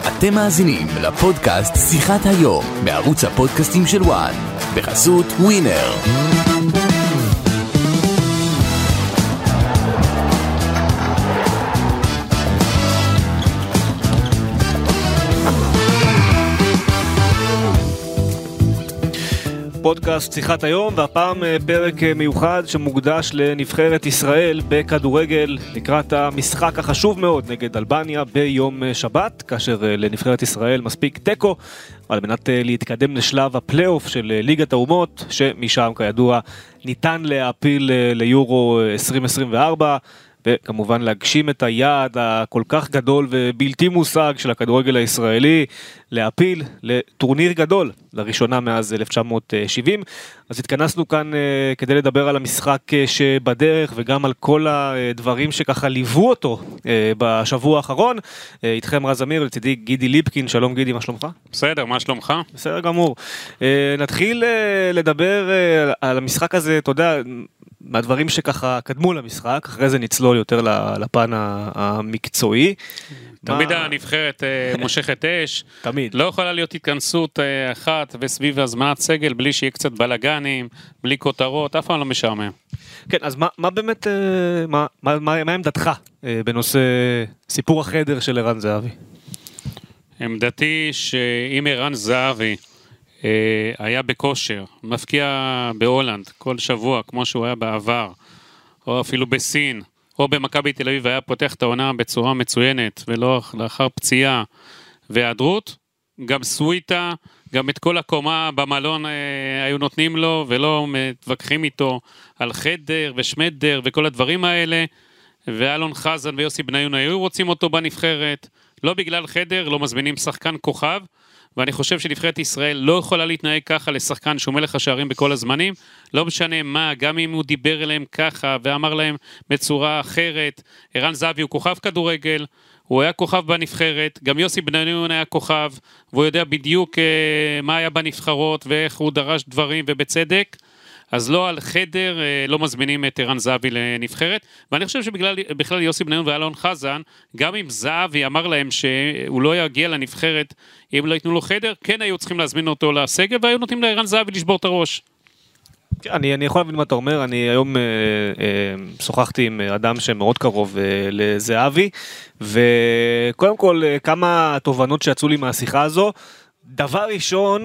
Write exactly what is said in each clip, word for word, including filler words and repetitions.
אתם מאזינים לפודקאסט שיחת היום בערוץ הפודקאסטים של וואן בחסות ווינר. פודקאסט שיחת היום, והפעם פרק מיוחד שמוקדש לנבחרת ישראל בכדורגל לקראת המשחק החשוב מאוד נגד אלבניה ביום שבת, כאשר לנבחרת ישראל מספיק טקו על מנת להתקדם לשלב הפלייאוף של ליגת האומות, שמשם כידוע ניתן להפיל ליורו עשרים עשרים וארבע, וכמובן להגשים את היעד הכל כך גדול ובלתי מושג של הכדורגל הישראלי, להפיל לטורניר גדול, לראשונה מאז אלף תשע מאות שבעים. אז התכנסנו כאן uh, כדי לדבר על המשחק uh, שבדרך, וגם על כל הדברים שככה ליוו אותו uh, בשבוע האחרון. Uh, איתכם רז אמיר, לצידי גידי ליפקין. שלום גידי, מה שלומך? בסדר, מה שלומך? בסדר גמור. Uh, נתחיל uh, לדבר uh, על המשחק הזה, אתה יודע, מהדברים שככה קדמו למשחק, אחרי זה נצלול יותר לפן המקצועי. תמיד הנבחרת מושכת אש, תמיד. לא יכולה להיות התכנסות אחת וסביב הזמנת סגל בלי שיהיה קצת בלגנים, בלי כותרות, אף פעם לא משעמם. כן, אז מה, מה באמת, מה, מה, מה, מה עמדתך בנושא סיפור החדר של ערן זהבי? עמדתי שאם ערן זהבי היה בכושר, מפקיע בהולנד כל שבוע, כמו שהוא היה בעבר, או אפילו בסין, או במכבי תל אביב היה פותח את העונה בצורה מצוינת, ולא לאחר פציעה והיעדרות, גם סוויטה, גם את כל הקומה במלון אה, היו נותנים לו, ולא מתווכחים איתו על חדר ושמדר וכל הדברים האלה, ואלון חזן ויוסי בניון היו רוצים אותו בנבחרת, לא בגלל חדר, לא מזמינים שחקן כוכב, ואני חושב שנבחרת ישראל לא יכולה להתנהג ככה לשחקן שהוא מלך השערים בכל הזמנים, לא משנה מה, גם אם הוא דיבר אליהם ככה ואמר להם בצורה אחרת. ערן זהבי הוא כוכב כדורגל, הוא היה כוכב בנבחרת, גם יוסי בניון היה כוכב, והוא יודע בדיוק אה, מה היה בנבחרות ואיך הוא דרש דברים ובצדק, אז לא על חדר, לא מזמינים את ערן זהבי לנבחרת, ואני חושב שבגלל בכלל יוסי בניון ואלון חזן, גם אם זהבי אמר להם שהוא לא יגיע לנבחרת, אם לא ייתנו לו חדר, כן היו צריכים להזמין אותו לסגל, והיו נותנים לערן זהבי לשבור את הראש. אני, אני יכול להבין מה אתה אומר, אני היום אה, אה, שוחחתי עם אדם שמאוד קרוב אה, לזהבי, וקודם כל אה, כמה תובנות שיצאו לי מהשיחה הזו. דבר ראשון,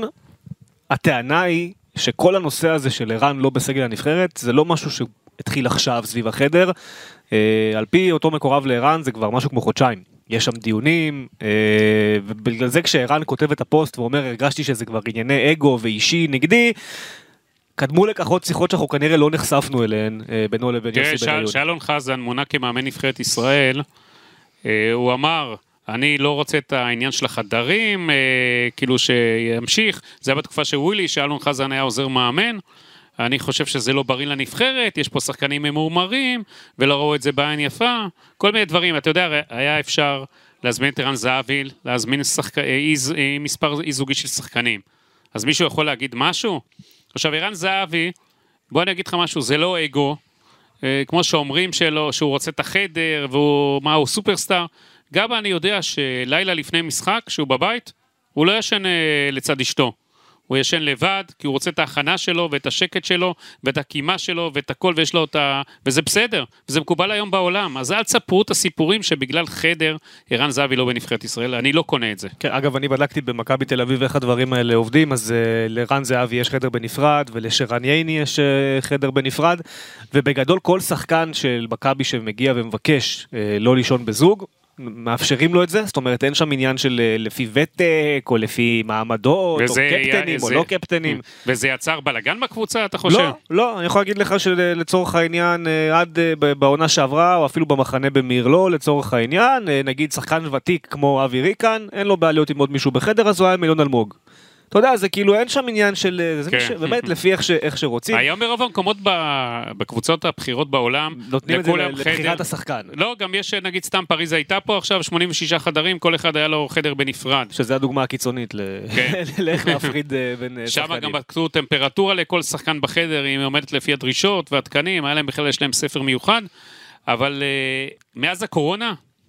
הטענה היא, שכל הנושא הזה של ערן לא בסגל הנבחרת, זה לא משהו שהתחיל עכשיו סביב החדר, אה, על פי אותו מקורב לערן זה כבר משהו כמו חודשיים, יש שם דיונים, אה, ובגלל זה כשערן כותב את הפוסט ואומר, הרגשתי שזה כבר ענייני אגו ואישי נגדי, קדמו לכך עוד שיחות שאנחנו כנראה לא נחשפנו אליהן, אה, בינו לבין יוסי בניון. תראה, שאלון חזן מונה כמאמן נבחרת ישראל, אה, הוא אמר, אני לא רוצה את העניין של החדרים, אה, כאילו שימשיך, זה היה בתקופה שווילי, שאלון חזן היה עוזר מאמן, אני חושב שזה לא בריא לנבחרת, יש פה שחקנים ממורמרים, ולא ראו את זה בעין יפה, כל מיני דברים, אתה יודע, היה אפשר להזמין את ערן זהבי, להזמין שחק... איז... מספר איזוגי של שחקנים, אז מישהו יכול להגיד משהו? עכשיו, ערן זהבי, בוא אני אגיד לך משהו, זה לא אגו, אה, כמו שאומרים שלו, שהוא רוצה את החדר, והוא, מה, הוא סופרסטאר, גם אני יודע שלילה לפני משחק, שהוא בבית, הוא לא ישן לצד אשתו. הוא ישן לבד, כי הוא רוצה את ההכנה שלו, ואת השקט שלו, ואת הקימה שלו, ואת הכל, ויש לו את ה... וזה בסדר, וזה מקובל היום בעולם. אז אל תספרו את הסיפורים שבגלל חדר, ערן זהבי לא בנבחרת ישראל, אני לא קונה את זה. כן, אגב, אני בדקתי במכבי תל אביב איך הדברים האלה עובדים, אז uh, לערן זהבי יש חדר בנפרד, ולשרן ייני יש uh, חדר בנפרד, ובגדול כל שחקן של מכבי שמגיע ומבקש uh, לא לישון בזוג, מאפשרים לו את זה, זאת אומרת אין שם עניין של לפי ותק או לפי מעמדות או קפטנים או לא קפטנים. וזה יצר בלגן בקבוצה, אתה חושב? לא, לא, אני יכול להגיד לך שלצורך העניין עד בעונה שעברה או אפילו במחנה במיר לא, לצורך העניין, נגיד שחקן ותיק כמו אבי ריקן, אין לו בעליות עם עוד מישהו בחדר, אז הוא היה מיליון אלמוג. אתה יודע, זה כאילו אין שם עניין של, זה כן. באמת לפי איך, ש, איך שרוצים. היום ברוב המקומות בקבוצות הבחירות בעולם, נותנים את זה לבחירת השחקן. לא, גם יש, נגיד סתם פריז הייתה פה עכשיו, שמונים ושישה חדרים, כל אחד היה לו חדר בנפרד. שזה הדוגמה הקיצונית, כן. לאיך להפריד בין שחקנים. שם גם בקצו טמפרטורה לכל שחקן בחדר, היא עומדת לפי הדרישות והתקנים, היה להם בכלל, יש להם ספר מיוחד, אבל uh, מאז הקורונה,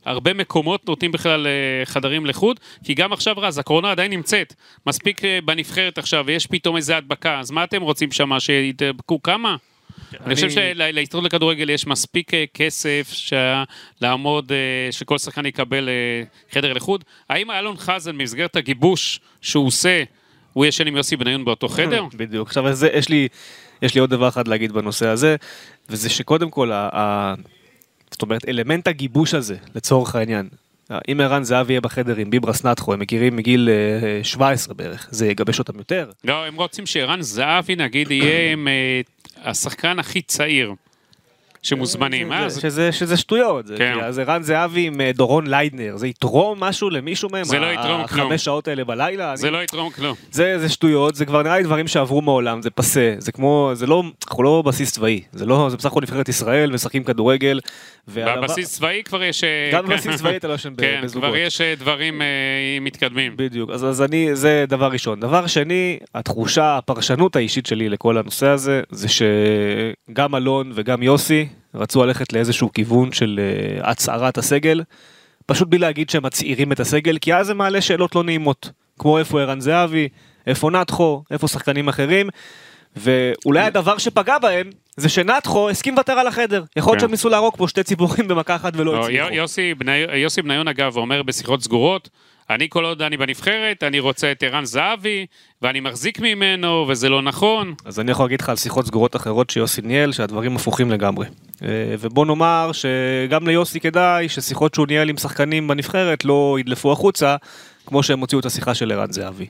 הרבה מקומות נותנים בכלל חדרים לחוד, כי גם עכשיו רז, הקורונה עדיין נמצאת, מספיק בנבחרת עכשיו, ויש פתאום איזה הדבקה, אז מה אתם רוצים שמה, שידבקו כמה? אני חושב שלהסתדרות לכדורגל יש מספיק כסף לעמוד, שכל שחקן יקבל חדר לחוד. האם אלון חזן במסגרת הגיבוש שהוא עושה, הוא ישן עם יוסי בניון באותו חדר? בדיוק. עכשיו, יש לי, יש לי עוד דבר אחד להגיד בנושא הזה, וזה שקודם כל, זאת אומרת, אלמנט הגיבוש הזה, לצורך העניין, אם ערן זהבי יהיה בחדר עם ביברס נתחו, הם מכירים מגיל שבע עשרה בערך, זה יגבש אותם יותר. לא, הם רוצים שערן זהבי, נגיד, יהיה עם השחקן הכי צעיר שמוזמנים. שזה שטויות. אז ערן זהבי עם דורון ליידנר, זה יתרום משהו למישהו מהם? זה לא יתרום כלום. החמש שעות האלה בלילה? זה לא יתרום כלום. זה שטויות, זה כבר נראה לי דברים שעברו מעולם, זה פסה, זה כמו, זה לא, אנחנו לא בסיס צבאי, זה לא, זה בסך הכל נבחרת ישראל, משחקים כדורגל. בבסיס צבאי כבר יש... גם בבסיס צבאי אתה לא שם בזוגות. כן, כבר יש דברים מתקדמים. בדיוק, אז אני, זה דבר ראשון. דבר שני, התחושה, הפרשנות האישית שלי לכל הנושא הזה, זה שגם אלון וגם יוסי רצו ללכת לאיזשהו כיוון של הצערת הסגל, פשוט בלי להגיד שהם מצעירים את הסגל, כי אז זה מעלה שאלות לא נעימות, כמו איפה ערן זהבי, איפה נתחו, איפה שחקנים אחרים, ואולי הדבר שפגע בהם, זה שנתחו הסכים לוותר על החדר. יכול להיות שהם ניסו להרוג פה שתי ציפורים במכה אחת ולא הצליחו. יוסי בניון אגב אומר בשיחות סגורות, אני כל עוד אני בנבחרת, אני רוצה את ערן זהבי, ואני מחזיק ממנו, וזה לא נכון. אז אני יכול להגיד לך על שיחות סגורות אחרות שיוסי ניהל, שהדברים הפוכים לגמרי. ובוא נאמר שגם ליוסי כדאי, ששיחות שהוא ניהל עם שחקנים בנבחרת, לא ידלפו החוצה, כמו שהם הוציאו את השיחה של ערן זהבי.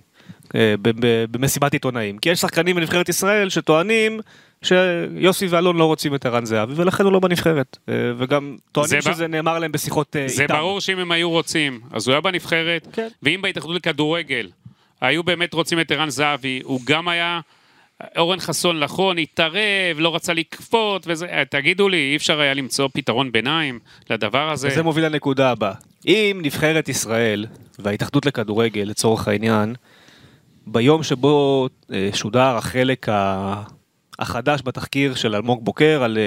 במסיבת עיתונאים. כי יש שחקנים בנבחרת ישראל שטוענים שיוסי ואלון לא רוצים את ערן זהבי, ולכן הוא לא בנבחרת. וגם טוענים שזה נאמר להם בשיחות איתם. זה ברור שאם הם היו רוצים, אז הוא היה בנבחרת, ואם בהתאחדות לכדורגל היו באמת רוצים את ערן זהבי, הוא גם היה, אורן חסון לחון, התערב, לא רצה לקפות, תגידו לי, אי אפשר היה למצוא פתרון ביניים לדבר הזה. וזה מוביל לנקודה הבאה. אם נבחרת ישראל וההתאחדות לכדורגל, לצורך העניין, ביום שבו שודר החלק החדש בתחקיר של אלמוג בוקר על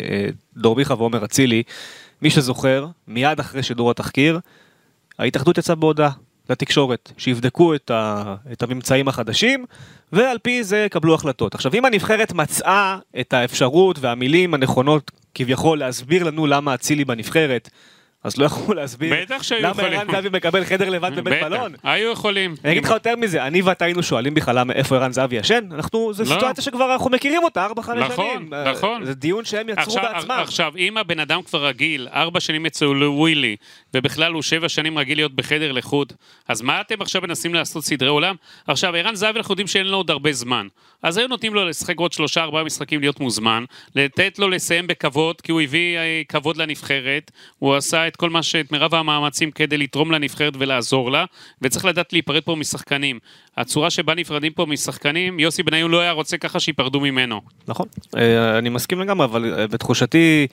דור מיכה ועומר אצילי, מי שזוכר, מיד אחרי שידור התחקיר, ההתאחדות יצאה בהודעה לתקשורת, שיבדקו את, ה, את הממצאים החדשים, ועל פי זה קבלו החלטות. עכשיו, אם הנבחרת מצאה את האפשרות והמילים הנכונות כביכול להסביר לנו למה אצילי בנבחרת, אז לא יכולו להסביר למה ערן זהבי מקבל חדר לבד בבית מלון. היו יכולים. אני אגיד לך יותר מזה, אני ואתה היינו שואלים בכלל איפה ערן זהבי ישן, זו סיטואציה שכבר אנחנו מכירים אותה, ארבע חמש שנים. נכון. זה דיון שהם יצרו בעצמם. עכשיו, אם הבן אדם כבר רגיל, ארבע שנים אצלו לווילי, ובכלל הוא שבע שנים רגיל להיות בחדר לחוד, אז מה אתם עכשיו מנסים לעשות סדרי עולם? עכשיו, ערן זהבי אנחנו יודעים שאין לו עוד הרבה זמן. אז היו נותנים לו לשחק עוד שלושה, ארבעה משחקים להיות מוזמן, לתת לו לסיים בכבוד, כי הוא הביא כבוד לנבחרת, הוא עשה את כל מה שאת מרב המאמצים כדי לתרום לנבחרת ולעזור לה, וצריך לדעת להיפרד פה משחקנים. הצורה שבה נפרדים פה משחקנים, יוסי בניון לא היה רוצה ככה שיפרדו ממנו. נכון, אני מסכים לגמרי, אבל בתחושתי,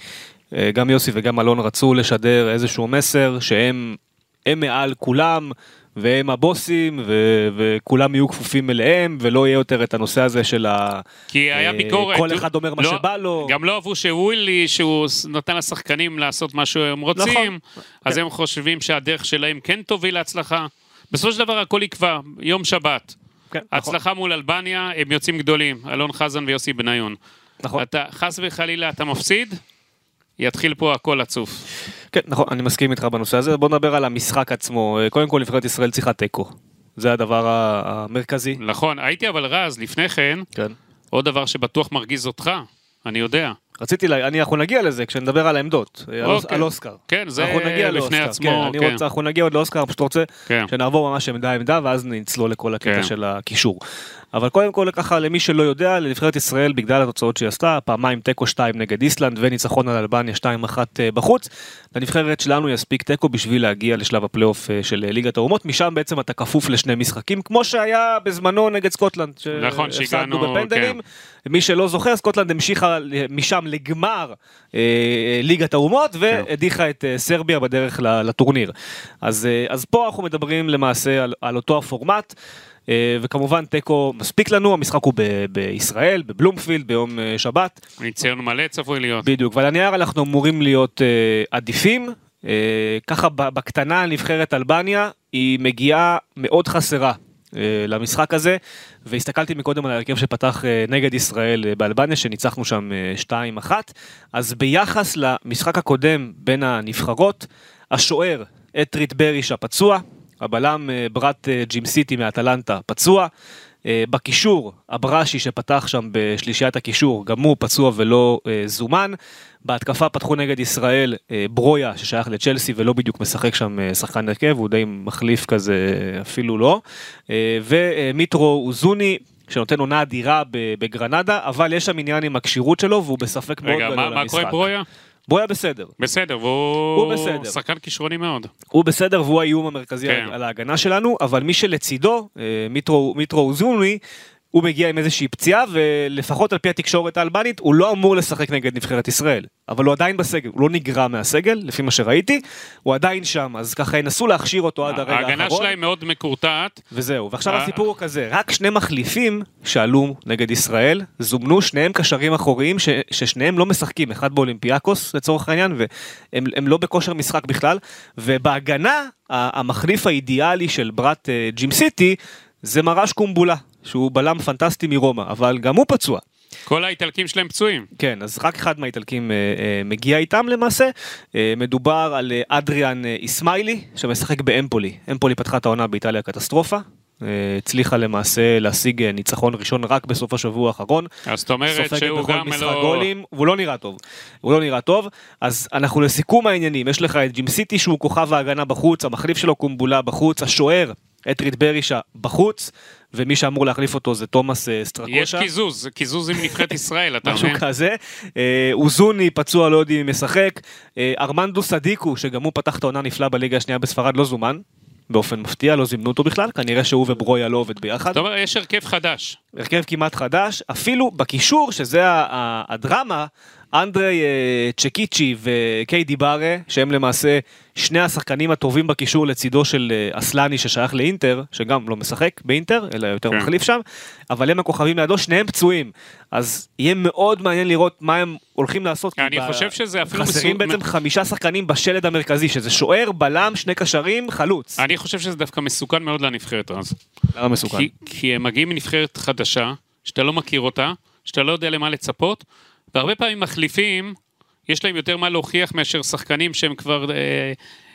גם יוסי וגם אלון רצו לשדר איזשהו מסר, שהם הם מעל כולם, והם הבוסים, ו- וכולם יהיו כפופים אליהם, ולא יהיה יותר את הנושא הזה של ה... כי היה ביקורת. כל אחד אומר מה לא, שבא לו. גם לא אהבו שווילי, שהוא נותן לשחקנים לעשות מה שהם רוצים, נכון. אז כן. הם חושבים שהדרך שלהם כן תוביל להצלחה. בסופו של דבר הכל יקבע, יום שבת. כן, הצלחה נכון. מול אלבניה, הם יוצאים גדולים, אלון חזן ויוסי בניון. נכון. אתה, חס וחלילה, אתה מפסיד, יתחיל פה הכל עצוף. כן, נכון, אני מסכים איתך בנושא הזה. בוא נדבר על המשחק עצמו. קודם כל, נבחרת ישראל צריכה תיקו. זה הדבר המרכזי. נכון, הייתי אבל רז, לפני כן, כן. עוד דבר שבטוח מרגיז אותך, אני יודע. רציתי, אני, אנחנו נגיע לזה, כשנדבר על העמדות, אוקיי. על אוסקר. כן, זה לפני עצמו. כן, כן. רוצה, אנחנו נגיע עוד לאוסקר, פשוט רוצה כן. שנעבור ממש עמדה עמדה, ואז נצלול לכל הקטע כן. של הקישור. אבל קודם כל ככה, למי שלא יודע, לנבחרת ישראל, בגלל התוצאות שהיא עשתה, פעמיים טקו שתיים נגד איסלנד, וניצחון על אלבניה שתיים אחת בחוץ, לנבחרת שלנו יספיק טקו בשביל להגיע לשלב הפלייאוף של ליגת האומות, משם בעצם אתה כפוף לשני משחקים, כמו שהיה בזמנו נגד סקוטלנד, נכון, שהגענו בפנדלים, כן. מי שלא זוכר, סקוטלנד המשיכה משם לגמר אה, ליגת האומות, והדיחה את אה, סרביה בדרך לטורניר. אז, אה, אז פה אנחנו מדברים למעשה על, על אותו הפורמט, וכמובן טקו מספיק לנו, המשחק הוא ב- בישראל, בבלומפילד, ביום שבת. ניסיון מלא צפוי להיות. בדיוק, ועל הנייר אנחנו אמורים להיות uh, עדיפים, ככה בקטנה נבחרת אלבניה, היא מגיעה מאוד חסרה למשחק הזה, והסתכלתי מקודם על ההרכב שפתח נגד ישראל באלבניה, שניצחנו שם שתיים אחת, אז ביחס למשחק הקודם בין הנבחרות, השוער אטריט ברישה פצוע, הבלם ברת ג'ימסיטי מאטלנטה פצוע, בקישור אברשי שפתח שם בשלישיית הקישור, גם הוא פצוע ולא זומן, בהתקפה פתחו נגד ישראל ברויה ששייך לצ'לסי ולא בדיוק משחק שם שחקן הרכב, הוא די מחליף כזה אפילו לא, ומיטרו אוזוני שנותן עונה אדירה בגרנדה, אבל יש שם עניין עם הקשירות שלו והוא בספק מאוד גדול למשחק. רגע, מה קורה ברויה? ברויה בסדר. בסדר, והוא בסדר. שחקן כישרוני מאוד. הוא בסדר, והוא האיום המרכזי כן. על ההגנה שלנו, אבל מי שלצידו, מיטרו, מיטרו אוזוני, הוא מגיע עם איזושהי פציעה, ולפחות על פי התקשורת האלבנית, הוא לא אמור לשחק נגד נבחרת ישראל. אבל הוא עדיין בסגל, הוא לא נגרע מהסגל, לפי מה שראיתי, הוא עדיין שם, אז ככה ינסו להכשיר אותו עד הרגע האחרון. ההגנה שלהם מאוד מקורטעת. וזהו, ועכשיו הסיפור הוא כזה, רק שני מחליפים שעלו נגד ישראל, זומנו שניהם קשרים אחוריים, ש, ששניהם לא משחקים, אחד באולימפיאקוס לצורך העניין, והם לא בכושר משחק בכלל, ובהגנה, המחליף האידיאלי של ברת ג'ימסיטי, זה מרש קומבולה, שהוא בלם פנטסטי מרומא, אבל גם הוא פצוע. כל האיטלקים שלהם פצועים. כן, אז רק אחד מהאיטלקים אה, אה, מגיע איתם למעשה. אה, מדובר על אה, אדריאן אה, איסמיילי, שמשחק באמפולי. אמפולי פתחה את העונה באיטליה קטסטרופה. אה, הצליחה למעשה להשיג אה, ניצחון ראשון רק בסוף השבוע האחרון. אז זאת אומרת שהוא גם לא... גולים, והוא לא נראה טוב. הוא לא נראה טוב. אז אנחנו לסיכום העניינים. יש לך את ג'ימסיטי שהוא כוכב ההגנה בחוץ, המחליף שלו קומבולה בחוץ, השוער, אטריט ברישה בחוץ, ומי שאמור להחליף אותו זה תומאס סטרקושה. יש קיזוז, קיזוז עם נבחרת ישראל, אתה משהו כזה. אוזוני פצוע לא יודעים אם משחק. ארמנדו סדיקו, שגם הוא פתח את העונה נפלא בליגה השנייה בספרד, לא זומן. באופן מפתיע, לא זימנו אותו בכלל, כנראה שהוא וברויה לא עובד ביחד. זאת אומרת, יש הרכב חדש. הרכב כמעט חדש, אפילו בקישור, שזה הדרמה, אנדרי צ'קיצ'י וקיידי בארה, שהם למעשה שני השחקנים הטובים בקישור לצידו של אסלני ששייך לאינטר, שגם לא משחק באינטר, אלא יותר מחליף שם, אבל הם הכוכבים לידו, שניהם פצועים, אז יהיה מאוד מעניין לראות מה הם הולכים לעשות. אני חושב שזה אפילו... חסרים בעצם חמישה שחקנים בשלד המרכזי, שזה שוער, בלם, שני קשרים, חלוץ. אני חושב שזה דווקא מסוכן מאוד לנבחרת אז. למה מסוכן? כי, כי הם מגיעים מנבחרת חדשה, שאתה לא מכיר אותה, שאתה לא יודע למה לצפות, והרבה פעמים מחליפים, יש להם יותר מה להוכיח מאשר שחקנים שהם כבר אה,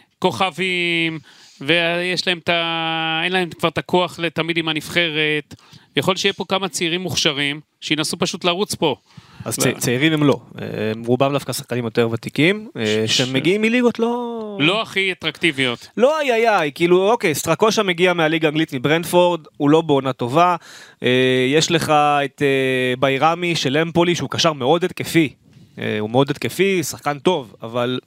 כוכבים, ויש להם את ה... אין להם כבר את הכוח לתמיד עם הנבחרת, יכול שיהיה פה כמה צעירים מוכשרים, שינסו פשוט לרוץ פה. אז צ... צעירים הם לא, הם רובם דווקא שחקנים יותר ותיקים, ש... שהם מגיעים מליגות לא... לא הכי אטרקטיביות. לא איי איי איי, כאילו אוקיי, סטרקושה מגיע מהליגה האנגלית מברנדפורד, הוא לא בעונה טובה, יש לך את ביירמי של אמפולי, שהוא קשר מאוד התקפי, הוא מאוד התקפי, שחקן טוב, אבל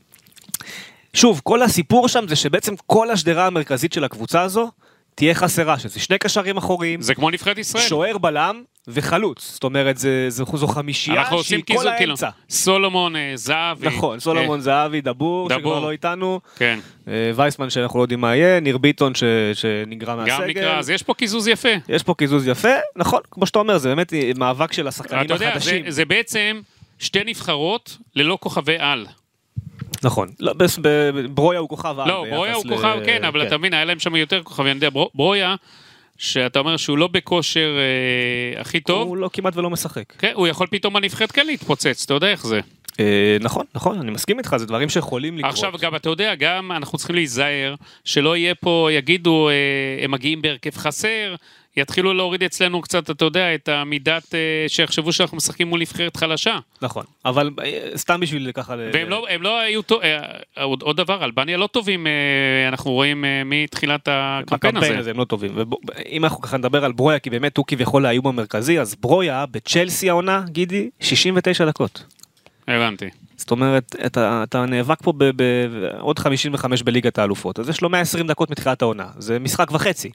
שוב, כל הסיפור שם זה שבעצם כל השדרה המרכזית של הקבוצה הזו, תהיה חסרה, שזה שני קשרים אחוריים. זה כמו נבחרת ישראל. שוער בלם וחלוץ. זאת אומרת, זה, זה, זו חמישייה שהיא כל האמצע. סולומון, זהבי. נכון, סולומון, זהבי, דבור, דבור. שכבר לא איתנו. כן. וייסמן שאנחנו לא יודעים מה יהיה, ניר ביטון ש, שנגרע מהסגל. גם נקרא, אז יש פה קיזוז יפה. יש פה קיזוז יפה, נכון, כמו שאתה אומר, זה באמת מאבק של השחקנים החדשים. יודע, זה, זה בעצם שתי נבחרות ללא כוכבי על. נכון, ברויה הוא כוכב על. לא, ברויה הוא כוכב, כן, אבל אתה מבין, היה להם שם יותר כוכב, אני יודע, ברויה, שאתה אומר שהוא לא בכושר הכי טוב. הוא לא כמעט ולא משחק. כן, הוא יכול פתאום הנבחרת כן להתפוצץ, אתה יודע איך זה. נכון, נכון, אני מסכים איתך, זה דברים שיכולים לקרות. עכשיו, גם אתה יודע, גם אנחנו צריכים להיזהר, שלא יהיה פה, יגידו, הם מגיעים בהרכב חסר, יתחילו להוריד אצלנו קצת, אתה יודע, את המידת שיחשבו שאנחנו משחקים מול נבחרת חלשה. נכון, אבל סתם בשביל ככה... והם לא, הם לא היו, עוד, עוד דבר, אלבניה לא טובים, אנחנו רואים מתחילת הקמפיין הזה. בקמפיין הזה הם לא טובים, ואם אנחנו ככה נדבר על ברויה, כי באמת הוא כביכול האיום המרכזי, אז ברויה בצ'לסי העונה, גידי, שישים ותשע דקות. הבנתי. זאת אומרת, אתה, אתה נאבק פה בעוד חמישים וחמש בליגת האלופות, אז יש לו מאה ועשרים דקות מתחילת העונה, זה משחק וחצי.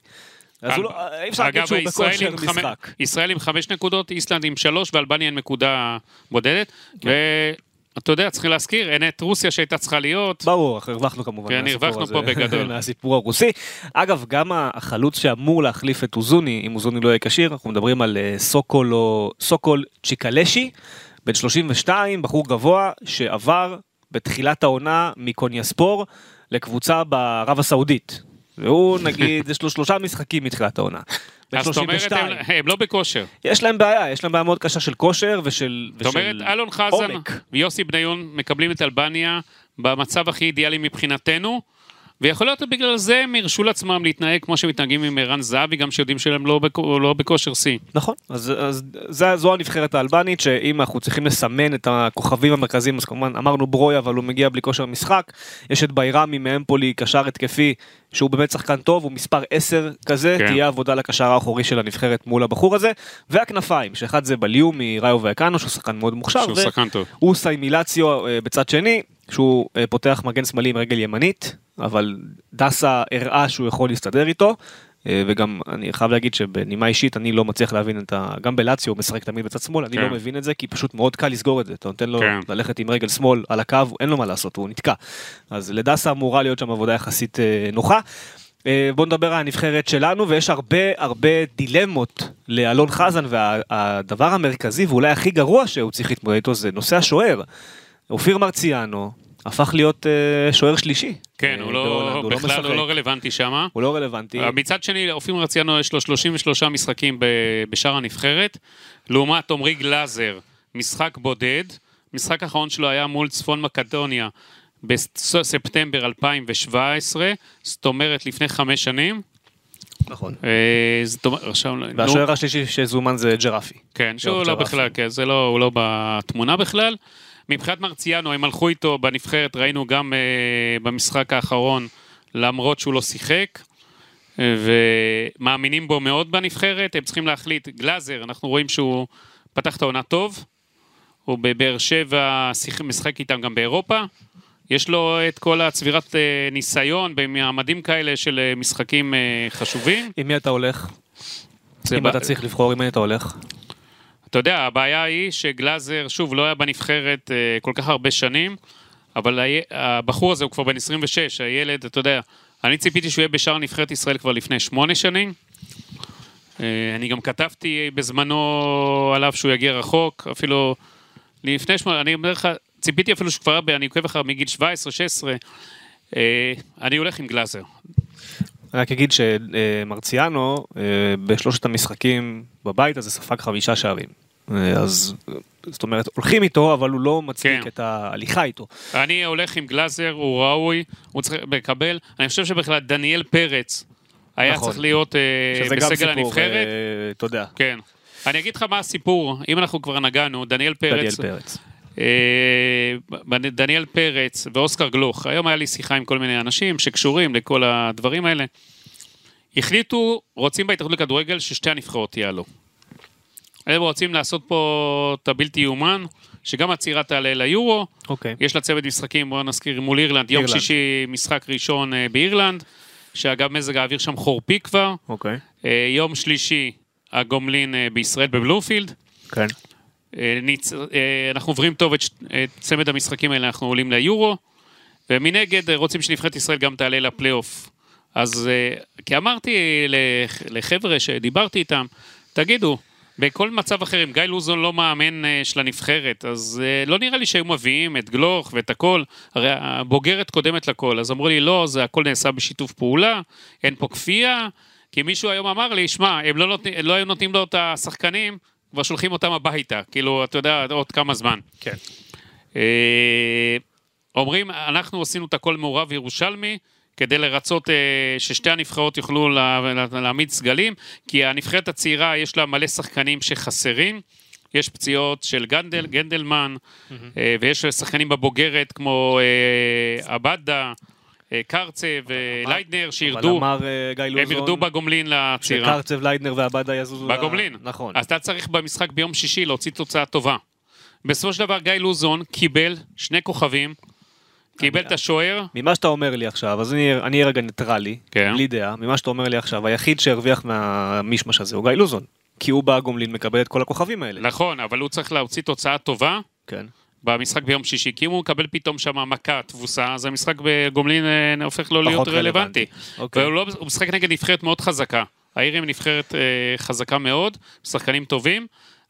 אגב, ישראל עם חמש נקודות, איסלנד עם שלוש, ואלבניה עם נקודה בודדת, ואתה יודע, צריכים להזכיר, אין את רוסיה שהייתה צריכה להיות. ברור, הרווחנו כמובן. כן, הרווחנו פה בגדול. מהסיפור הרוסי. אגב, גם החלוץ שאמור להחליף את אוזוני, אם אוזוני לא יהיה כשיר, אנחנו מדברים על סוקול צ'יקלשי, בן שלושים ושתיים, בחור גבוה, שעבר בתחילת העונה מקוניאספור לקבוצה בערב הסעודית. והוא נגיד, יש לו שלושה משחקים מתחילת העונה. אז זאת אומרת, הם, הם לא בכושר. יש להם בעיה, יש להם בעיה מאוד קשה של כושר ושל עומק. זאת אומרת, אלון חזן ויוסי בניון מקבלים את אלבניה במצב הכי אידיאלי מבחינתנו, ויכול להיות בגלל זה הם הרשו לעצמם להתנהג כמו שמתנהגים עם ערן זהבי, גם שיודעים שהם לא, לא בכושר סי. נכון, אז, אז זה, זו הנבחרת האלבנית, שאם אנחנו צריכים לסמן את הכוכבים המרכזיים, אז כמובן אמרנו ברוי, אבל הוא מגיע בלי כושר משחק, יש את ביירמי מאמפולי, קשר התקפי, שהוא באמת שחקן טוב, הוא מספר עשר כזה, כן. תהיה עבודה לקשר האחורי של הנבחרת מול הבחור הזה, והכנפיים, שאחד זה בליו מראיו ויקנו, שהוא שחקן מאוד מוכשר, שהוא שחקן טוב. הוא סיימילציו בצד שני, שהוא פותח מגן שמאלי עם רגל ימנית, אבל דסה הראה שהוא יכול להסתדר איתו, וגם אני חייב להגיד שבנימה אישית אני לא מצליח להבין את ה... גם בלציו הוא משחק תמיד בצד שמאל, אני כן. לא מבין את זה, כי פשוט מאוד קל לסגור את זה, אתה נותן לו כן. ללכת עם רגל שמאל על הקו, אין לו מה לעשות, הוא נתקע. אז לדסה אמורה להיות שם עבודה יחסית נוחה. בואו נדבר על הנבחרת שלנו, ויש הרבה הרבה דילמות לאלון חזן, והדבר המרכזי ואולי הכי גרוע שהוא צריך להתמודד איתו זה נושא השוער. אופיר מרציאנו הפך להיות uh, שוער שלישי. כן, הוא לא, הוא בכלל לא, הוא לא רלוונטי שם. הוא לא רלוונטי. מצד שני, אופיר מרציאנו יש לו שלושים ושלושה משחקים בשאר הנבחרת, לעומת עומרי גלאזר, משחק בודד, משחק האחרון שלו היה מול צפון מקדוניה, בספטמבר אלפיים שבע עשרה, זאת אומרת לפני חמש שנים. נכון. זאת אומרת, עכשיו... והשוער השלישי שזומן זה ג'רפי. כן, שהוא לא בכלל, כן, זה לא, הוא לא בתמונה בכלל. מבחינת מרציאנו, הם הלכו איתו בנבחרת, ראינו גם uh, במשחק האחרון, למרות שהוא לא שיחק, ומאמינים בו מאוד בנבחרת, הם צריכים להחליט, גלאזר, אנחנו רואים שהוא פתח את העונה טוב, הוא בבאר שבע משחק איתם גם באירופה, יש לו את כל הצבירת uh, ניסיון, במעמדים כאלה של uh, משחקים uh, חשובים. עם מי אתה הולך? אם אתה צריך לבחור, עם מי אתה הולך? אתה יודע, הבעיה היא שגלאזר, שוב, לא היה בנבחרת אה, כל כך הרבה שנים, אבל ה... הבחור הזה הוא כבר בן עשרים ושש, הילד, אתה יודע, אני ציפיתי שהוא יהיה בשאר נבחרת ישראל כבר לפני שמונה שנים, אה, אני גם כתבתי בזמנו עליו שהוא יגיע רחוק, אפילו לפני שמונה, אני אומר לך, ציפיתי אפילו שכבר, אני עוקב לך מגיל שבע עשרה שש עשרה, אה, אני הולך עם גלאזר. אני רק אגיד שמרציאנו, בשלושת המשחקים בבית, אז זה ספג חמישה שערים. אז זאת אומרת, הולכים איתו, אבל הוא לא מצדיק כן. את ההליכה איתו. אני הולך עם גלאזר, הוא ראוי, הוא צריך לקבל. אני חושב שבכלל דניאל פרץ היה נכון. צריך להיות בסגל הנבחרת. אתה יודע. כן. אני אגיד לך מה הסיפור, אם אנחנו כבר נגענו, דניאל פרץ. דניאל פרץ. דניאל פרץ ואוסקר גלוך, היום היה לי שיחה עם כל מיני אנשים שקשורים לכל הדברים האלה, החליטו, רוצים בהתאחדות לכדורגל ששתי הנבחרות יעלו. הם רוצים לעשות פה את הבלתי יאומן, שגם הצעירה תעלה ליורו, okay. יש לה צוות משחקים, בואו נזכיר, מול אירלנד, יום אירלנד. שישי משחק ראשון באירלנד, שאגב מזג האוויר שם חורפי כבר, okay. יום שלישי הגומלין בישראל בבלומפילד, כן. Okay. ניצ... אנחנו עוברים טוב את צמד המשחקים האלה, אנחנו עולים ליורו, ומנגד רוצים שנבחרת ישראל גם תעלה לפלייאוף. אז כי אמרתי לחבר'ה שדיברתי איתם, תגידו, בכל מצב אחר, אם גיא לוזון לא מאמן של הנבחרת, אז לא נראה לי שהיו מביאים את גלוך ואת הכל, הרי הבוגרת קודמת לכל, אז אמרו לי לא, זה הכל נעשה בשיתוף פעולה, אין פה כפייה, כי מישהו היום אמר לי, שמע, הם לא, נות... לא היו נותנים לו את השחקנים, כבר שולחים אותם הביתה, כאילו, אתה יודע, עוד כמה זמן. כן. אומרים, אנחנו עשינו את הכל מעורב ירושלמי, כדי לרצות ששתי הנבחרות יוכלו להעמיד סגלים, כי הנבחרת הצעירה יש לה מלא שחקנים שחסרים, יש פציעות של גנדל, גנדלמן, ויש שחקנים בבוגרת כמו עבדה, קרצב וליידנר שירדו, הם ירדו בגומלין לצעירה. שקרצב, ליידנר ועבדה יזוזו בגומלין. נכון. אז אתה צריך במשחק ביום שישי להוציא תוצאה טובה. בסופו של דבר גיא לוזון קיבל שני כוכבים, קיבל את השוער. ממה שאתה אומר לי עכשיו, אז אני אהיה רגע ניטרלי, בלי דעה, ממה שאתה אומר לי עכשיו, היחיד שהרוויח מהמישמש הזה הוא גיא לוזון, כי הוא בגומלין מקבל את כל הכוכבים האלה. נכון, אבל הוא צריך להוציא תוצאה טובה. כן. במשחק ביום שישי, כי אם הוא מקבל פתאום שם מכה, תבוסה, אז המשחק בגומלין הופך לו להיות רלוונטי. והוא משחק נגד נבחרת מאוד חזקה. האירים נבחרת חזקה מאוד, שחקנים טובים,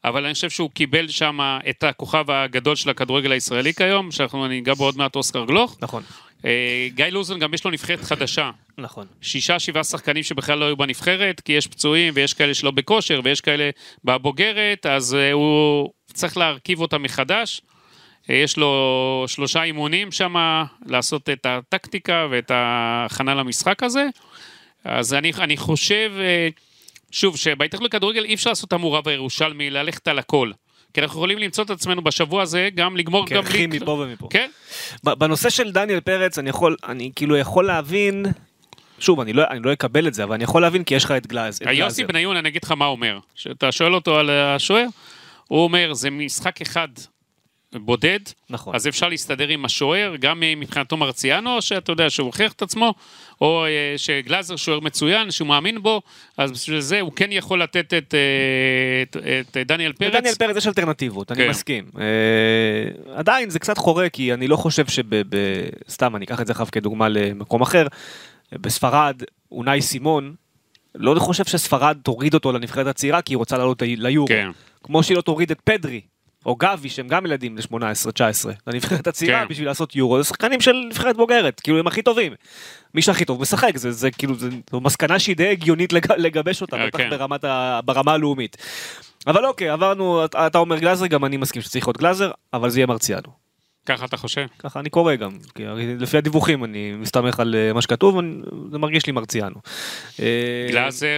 אבל אני חושב שהוא קיבל שם את הכוכב הגדול של הכדורגל הישראלי כיום, שאנחנו ניגע בו עוד מעט אוסקר גלוך. נכון. גיא לוזון גם יש לו נבחרת חדשה. נכון. שישה, שבעה שחקנים שבכלל לא היו בנבחרת, כי יש פצועים ויש כאלה שלא בכושר ויש כאלה בבוגרת, אז הוא צריך להרכיב אותה מחדש. יש לו שלושה אימונים שם, לעשות את הטקטיקה ואת ההכנה למשחק הזה. אז אני, אני חושב, שוב, שבהתאחדות לכדורגל אי אפשר לעשות המעורב הירושלמי, ללכת על הכל. כי אנחנו יכולים למצוא את עצמנו בשבוע הזה, גם לגמור גם לי... מפה ומפה. כן? בנושא של דניאל פרץ, אני יכול, אני כאילו יכול להבין, שוב, אני לא, אני לא אקבל את זה, אבל אני יכול להבין כי יש לך את גלאזר. יוסי בניון, אני אגיד לך מה הוא אומר. שאתה שואל אותו על השוער, הוא אומר, זה משחק אחד בודד, נכון. אז אפשר להסתדר עם השוער, גם מבחינתו מרציאנו, שאתה יודע שהוא הוכיח את עצמו, או שגלאזר שוער מצוין, שהוא מאמין בו, אז בשביל זה הוא כן יכול לתת את, את, את דניאל פרץ. דניאל פרץ יש אלטרנטיבות, אני כן. מסכים. אה, עדיין זה קצת חורה, כי אני לא חושב שבסתם, אני אקח את זה חב כדוגמה למקום אחר, בספרד, אונאי סימון, לא חושב שספרד תוריד אותו לנבחרת הצעירה, כי היא רוצה לעלות ליורו. כן. כמו שהיא לא תוריד את פדרי, או גבי, שהם גם ילדים ל-שמונה עשרה תשע עשרה, לנבחרת הצעירה כן. בשביל לעשות יורו, זה שחקנים של נבחרת בוגרת, כאילו הם הכי טובים. מי שהכי טוב משחק, זה, זה כאילו, זה, זו מסקנה שהיא די הגיונית לג, לגבש אותה, בטח כן. ברמת ה, ברמה הלאומית. אבל אוקיי, עברנו, אתה, אתה אומר גלאזר, גם אני מסכים שצריך להיות גלאזר, אבל זה יהיה מרציאנו. ככה אתה חושב? ככה אני קורא גם, כי לפי הדיווחים אני מסתמך על מה שכתוב, זה מרגיש לי מרציאנו. גלאזר,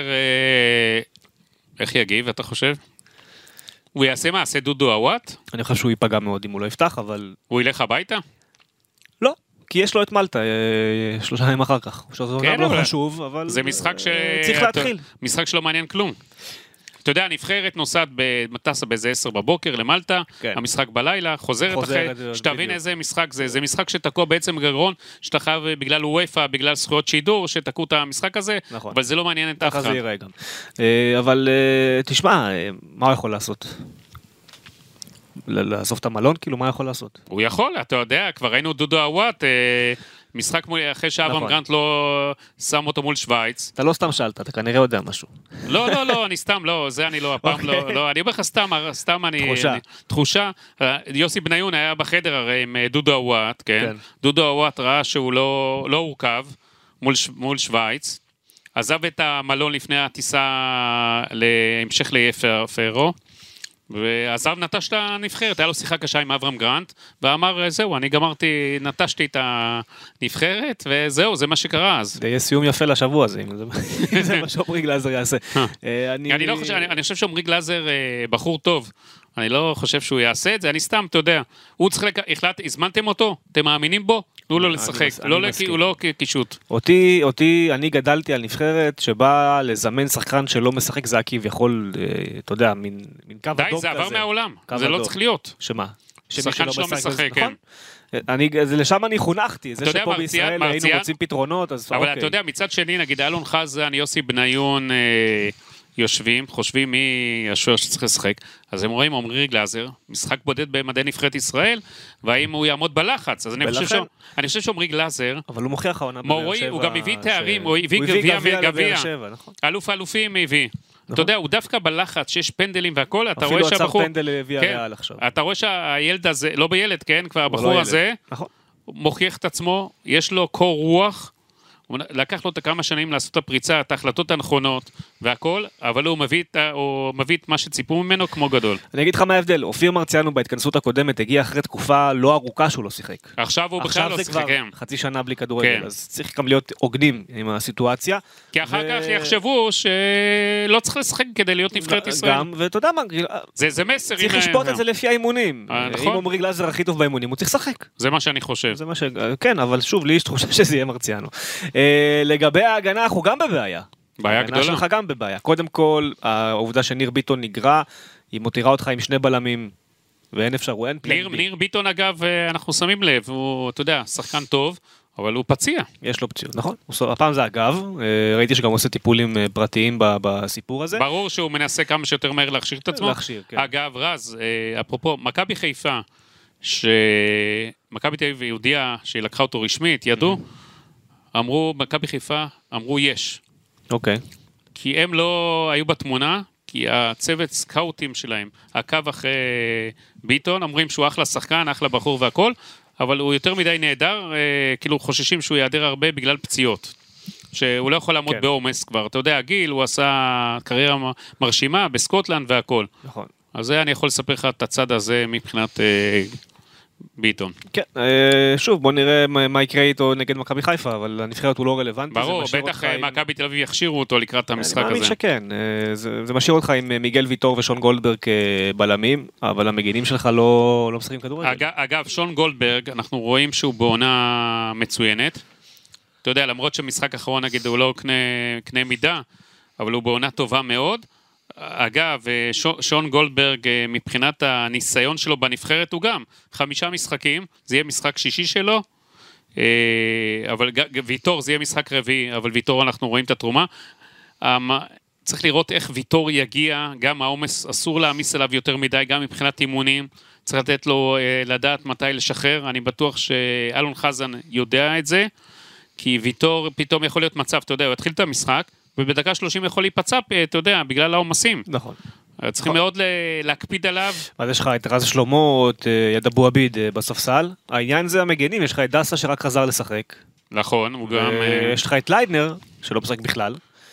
איך יגיב, אתה חושב? הוא יעשה מה? עשה דודו הוואט? אני חושב שהוא ייפגע מאוד אם הוא לא יפתח, אבל... הוא ילך הביתה? לא, כי יש לו את מלטה שלושה ימים אחר כך. שזה גם לא חשוב, אבל... זה משחק ש... צריך להתחיל. משחק שלא מעניין כלום. אתה יודע, הנבחרת נוסעת במטסה באיזה עשר בבוקר למלטה, המשחק בלילה, חוזרת אחרי, שתבין איזה משחק זה, זה משחק שתקוע בעצם גרון, שאתה חייב בגלל וופא, בגלל זכויות שידור, שתקעו את המשחק הזה, אבל זה לא מעניין את אף אחד. ככה זה יראה גם. אבל תשמע, מה הוא יכול לעשות? לעזוב את המלון, כאילו, מה הוא יכול לעשות? הוא יכול, אתה יודע, כבר ראינו דודו הוואט, משחק אחרי שאברהם גרנט לא שם אותו מול שוויץ. אתה לא סתם שאלת, אתה כנראה יודע משהו. לא, לא, לא, אני סתם, לא, זה אני לא, הפעם לא, לא, אני אומר לך סתם, סתם אני... תחושה. תחושה. יוסי בניון היה בחדר הרי עם דודו הוואט, כן? דודו הוואט ראה שהוא לא הורכב מול שוויץ, עזב את המלון לפני הטיסה להמשך ליפרו, ועזב נטש את הנבחרת, היה לו שיחה קשה עם אברהם גרנט, ואמר, זהו, אני גמרתי, נטשתי את הנבחרת, וזהו, זה מה שקרה אז. זה יהיה סיום יפה לשבוע הזה, אם זה מה שעומרי גלאזר יעשה. אני לא חושב, אני חושב שעומרי גלאזר בחור טוב, אני לא חושב שהוא יעשה את זה, אני סתם, אתה יודע, הוא צריך, החלט, הזמנתם אותו, אתם מאמינים בו? תנו לו לשחק, הוא לא קישוט. אותי, אותי, אני גדלתי על נבחרת שבאה לזמן שחקן שלא משחק, זה כביכול, אתה יודע, מין קו אדום כזה. די, זה עבר מהעולם, זה לא צריך להיות. שמה? שחקן שלא משחק, כן. לשם אני חונכתי, זה שפה בישראל היינו רוצים פתרונות, אז אוקיי. אבל אתה יודע, מצד שני, נגיד, אלון חזן, יוסי בניון, יושבים, חושבים מי השוער שצריך לשחק, אז הם רואים עומרי גלאזר, משחק בודד במדעי נבחרת ישראל, והאם הוא יעמוד בלחץ, אז אני חושב, ש... אני חושב שעומרי גלאזר, אבל הוא מוכיח העונה בבאר שבע, הוא גם הביא תארים, הוא הביא גביע מגביע, אלוף האלופים הביא, אתה יודע, הוא דווקא בלחץ, שיש פנדלים והכל, אתה רואה שהבחור, אפילו עצר פנדל הביא הריאל עכשיו, אתה רואה שהילד הזה, לא בילד, כן, כבר הבחור הזה, מוכיח את עצמו, יש לו קור רוח, הוא לקח לו את כמה שנים לעשות את הפריצה, את ההחלטות הנכונות והכל, אבל הוא מביא את, הוא מביא את מה שציפו ממנו כמו גדול. אני אגיד לך מה ההבדל, אופיר מרציאנו בהתכנסות הקודמת הגיע אחרי תקופה לא ארוכה שהוא לא שיחק. עכשיו הוא בכלל לא שיחק. עכשיו זה כבר חצי שנה בלי כדורגל, כן. אז צריך גם להיות עוגנים עם הסיטואציה. כי אחר ו... כך יחשבו שלא צריך לשחק כדי להיות נבחרת ישראל. גם, ואתה יודע מה, זה, זה מסר. צריך לשפוט את זה לפי האימונים. אם עומרי גלאזר הכי טוב באימונים, הוא צריך לשחק. זה מה שאני חושב. זה מה ש... כן, אבל שוב, לי יש תחושה שזה יהיה מרציאנו. לגבי ההגנה, אנחנו גם בבעיה. בעיה גדולה. ההגנה שלך גם בבעיה. קודם כל, העובדה שניר ביטון נגרע, היא מותירה אותך עם שני בלמים, ואין אפשר, אין פלן בי. ניר ביטון, אגב, אנחנו שמים לב, הוא, אתה יודע, שחקן טוב, אבל הוא פציע. יש לו פציעות, נכון? הפעם זה אגב, ראיתי שגם עושה טיפולים פרטיים בסיפור הזה. ברור שהוא מנסה כמה שיותר מהר להכשיר את עצמו. להכשיר, כן. אגב, רז, אפרופו, מכבי חיפה, שמכבי תל אביב יהודיה, שהיא לקחה אותו רשמית, ידעו, אמרו, מכבי חיפה, אמרו יש. אוקיי. כי הם לא היו בתמונה, כי כי הצוות סקאוטים שלהם, עקב אחרי ביטון, אומרים שהוא אחלה שחקן, אחלה בחור והכל, אבל הוא יותר מדי נהדר, כאילו חוששים שהוא יעדר הרבה בגלל פציעות. שהוא לא יכול לעמוד כן. באומס כבר. אתה יודע, גיל, הוא עשה קריירה מרשימה בסקוטלנד והכל. נכון. אז זה אני יכול לספר לך את הצד הזה מבחינת אה, ביטון. כן, אה, שוב, בוא נראה מה יקרה איתו נגד מכבי חיפה, אבל הנבחרת הוא לא רלוונטי. ברור, בטח מכבי תל אביב יכשירו אותו לקראת המשחק הזה. אני מאמין שכן, אה, זה, זה משאיר אותך עם מיגל ויטור ושון גולדברג כבלמים, אבל המגינים שלך לא, לא משחקים כדורגל. אג, אגב, שון גולדברג, אנחנו רואים שהוא בעונה מצוינת. אתה יודע, למרות שהמשחק האחרון, נגיד, הוא לא קנה, קנה מידה, אבל הוא בעונה טובה מאוד. אגב, שון גולדברג, מבחינת הניסיון שלו בנבחרת, הוא גם חמישה משחקים, זה יהיה משחק שישי שלו, אבל ויטור זה יהיה משחק רביעי, אבל ויטור אנחנו רואים את התרומה. צריך לראות איך ויטור יגיע, גם העומס אסור להעמיס עליו יותר מדי, גם מבחינת אימונים, צריך לתת לו לדעת מתי לשחרר, אני בטוח שאלון חזן יודע את זה, כי ויטור פתאום יכול להיות מצב, אתה יודע, הוא התחיל את המשחק, ובדקה שלושים יכול להיפצע, אתה יודע, בגלל העומסים. נכון. צריכים מאוד להקפיד עליו. אז יש לך את רז שלמה, את יד אבו עביד בספסל. העניין זה המגנים, יש לך את דסה שרק חזר לשחק. נכון, הוא גם... יש לך את ליידנר, שלא משחק בכלל.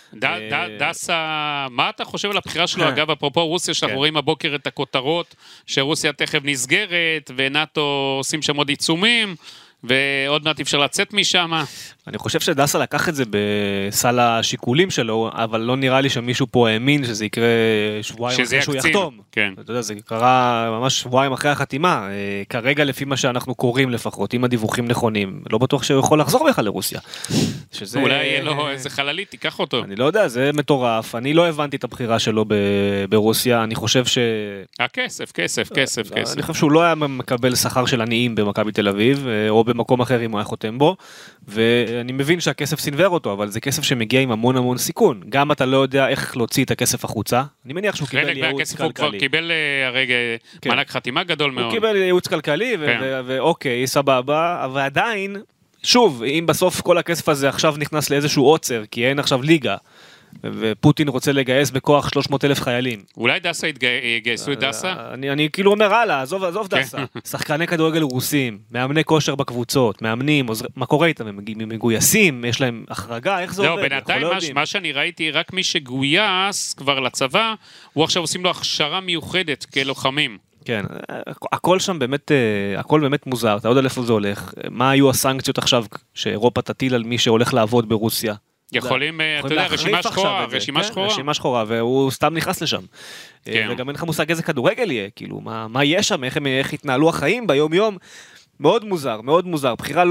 דסה, מה אתה חושב על הבחירה שלו? אגב, אפרופו רוסיה, שאנחנו רואים הבוקר את הכותרות, שרוסיה תכף נסגרת, ונאטו עושים שם עוד עיצומים, ועוד מעט אפשר לצאת משם. אני חושב שדסה לקח את זה בסל השיקולים שלו, אבל לא נראה לי שמישהו פה האמין שזה יקרה שבועיים אחרי שהוא יחתום. כן. אתה יודע, זה קרה ממש שבועיים אחרי החתימה. כרגע לפי מה שאנחנו קוראים לפחות, אם הדיווחים נכונים, לא בטוח שהוא יכול לחזור בכלל לרוסיה. שזה... אולי יהיה לו איזה חללית, תיקח אותו. אני לא יודע, זה מטורף. אני לא הבנתי את הבחירה שלו ברוסיה. אני חושב ש... הכסף, כסף, כסף, כסף. אני חושב שהוא לא היה מקבל שכר של עניים במכבי תל אביב, או במקום אחר אם הוא היה חותם בו, ואני מבין שהכסף סינבר אותו, אבל זה כסף שמגיע עם המון המון סיכון. גם אתה לא יודע איך להוציא את הכסף החוצה. אני מניח שהוא קיבל ייעוץ כלכלי. הוא כבר קיבל הרגע מענק חתימה גדול מאוד. הוא קיבל ייעוץ כלכלי, ואוקיי, סבבה, אבל עדיין, שוב, אם בסוף כל הכסף הזה עכשיו נכנס לאיזשהו עוצר, כי אין עכשיו ליגה, ופוטין רוצה לגייס בכוח שלוש מאות אלף חיילים. אולי דסה יגייסו את דסה? אני, אני כאילו אומר, הלאה, עזוב, עזוב דסה. שחקני כדורגל רוסים, מאמני כושר בקבוצות, מאמנים, מה קורה איתם? הם מגויסים, יש להם החרגה, איך זה עובד? לא, בינתיים מה שאני ראיתי, רק מי שגויס כבר לצבא, הוא עכשיו עושים לו הכשרה מיוחדת כלוחמים. כן, הכל שם באמת, הכל באמת מוזר, אתה לא יודע לאיפה זה הולך. מה היו הסנקציות עכשיו שאירופה תטיל על מי שהולך לעבוד ברוסיה? יכולים, אתה יודע, רשימה שחורה, רשימה שחורה. רשימה שחורה, והוא סתם נכנס לשם. וגם אין לך מושג איזה כדורגל יהיה, כאילו, מה יש שם, איך יתנהלו החיים ביום יום. מאוד מוזר, מאוד מוזר. בחירה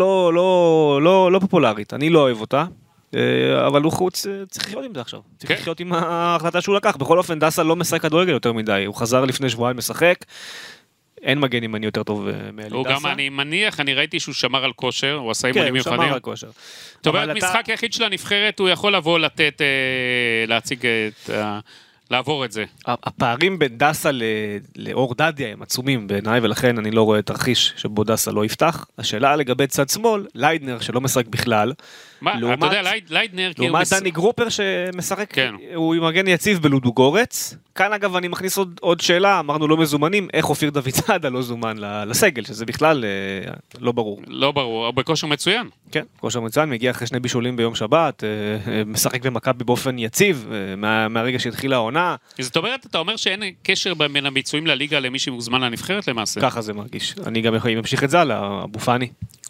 לא פופולרית, אני לא אוהב אותה, אבל הוא חוץ, צריך לחיות עם זה עכשיו. צריך לחיות עם ההחלטה שהוא לקח. בכל אופן, דסה לא משחק כדורגל יותר מדי. הוא חזר לפני שבועיים משחק. אין מגן ימני יותר טוב מאלי הוא דסה. גם, אני מניח, אני ראיתי שהוא שמר על כושר, הוא עשה אימונים מיוחדים. כן, הוא שמר על כושר. זאת אומרת, משחק יחיד של הנבחרת, הוא יכול לבוא לתת, להציג את, לעבור את זה. הפערים בין דסה לאור דדיה הם עצומים בעיניי, ולכן אני לא רואה תרחיש שבו דסה לא יפתח. השאלה לגבי צד שמאל, ליידנר שלא משחק בכלל, מה, אתה יודע, ליידנר... לעומת דני גרופר שמשחק, הוא מגן יציב בלודוגורץ. כאן אגב אני מכניס עוד, עוד שאלה, אמרנו לא מזומנים, איך אופיר דוד סעדה לא זומן לסגל, שזה בכלל לא ברור. לא ברור, הוא בכושר מצוין. כן, כושר מצוין, מגיע אחרי שני בישולים ביום שבת, משחק במכבי באופן יציב, מה, מהרגע שהתחילה העונה. זאת אומרת, אתה אומר שאין קשר בין הביצועים לליגה למי שמוזמן לנבחרת למעשה? ככה זה מרגיש. אני גם יכול להמשיך את זה על אבו פאני.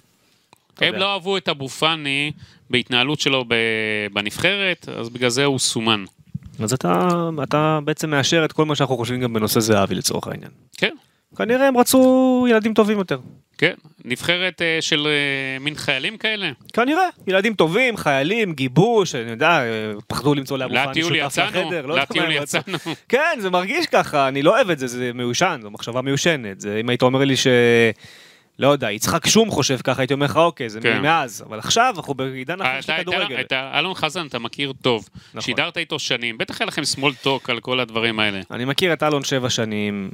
הם לא אהבו את אבו פאני בהתנהלות שלו בנבחרת, אז בגלל זה הוא סומן. אז אתה, אתה בעצם מאשר את כל מה שאנחנו חושבים גם בנושא זהבי לצורך העניין. כן. כנראה הם רצו ילדים טובים יותר. כן, נבחרת של מין חיילים כאלה. כנראה, ילדים טובים, חיילים, גיבוש, אני יודע, פחדו למצוא לאבו פאני שותף לחדר. לטיול יצאנו. כן, זה מרגיש ככה, אני לא אוהב את זה, זה מיושן, זו מחשבה מיושנת. זה, אם היית אומר לי ש... לא יודע, יצחק שום חושב ככה, הייתי אומר לך, אוקיי, זה כן. מאז, אבל עכשיו אנחנו בעידן אחר של כדורגל. את אלון חזן אתה מכיר טוב, נכון. שידרת איתו שנים, בטח היה לכם סמול טוק על כל הדברים האלה. אני מכיר את אלון שבע שנים,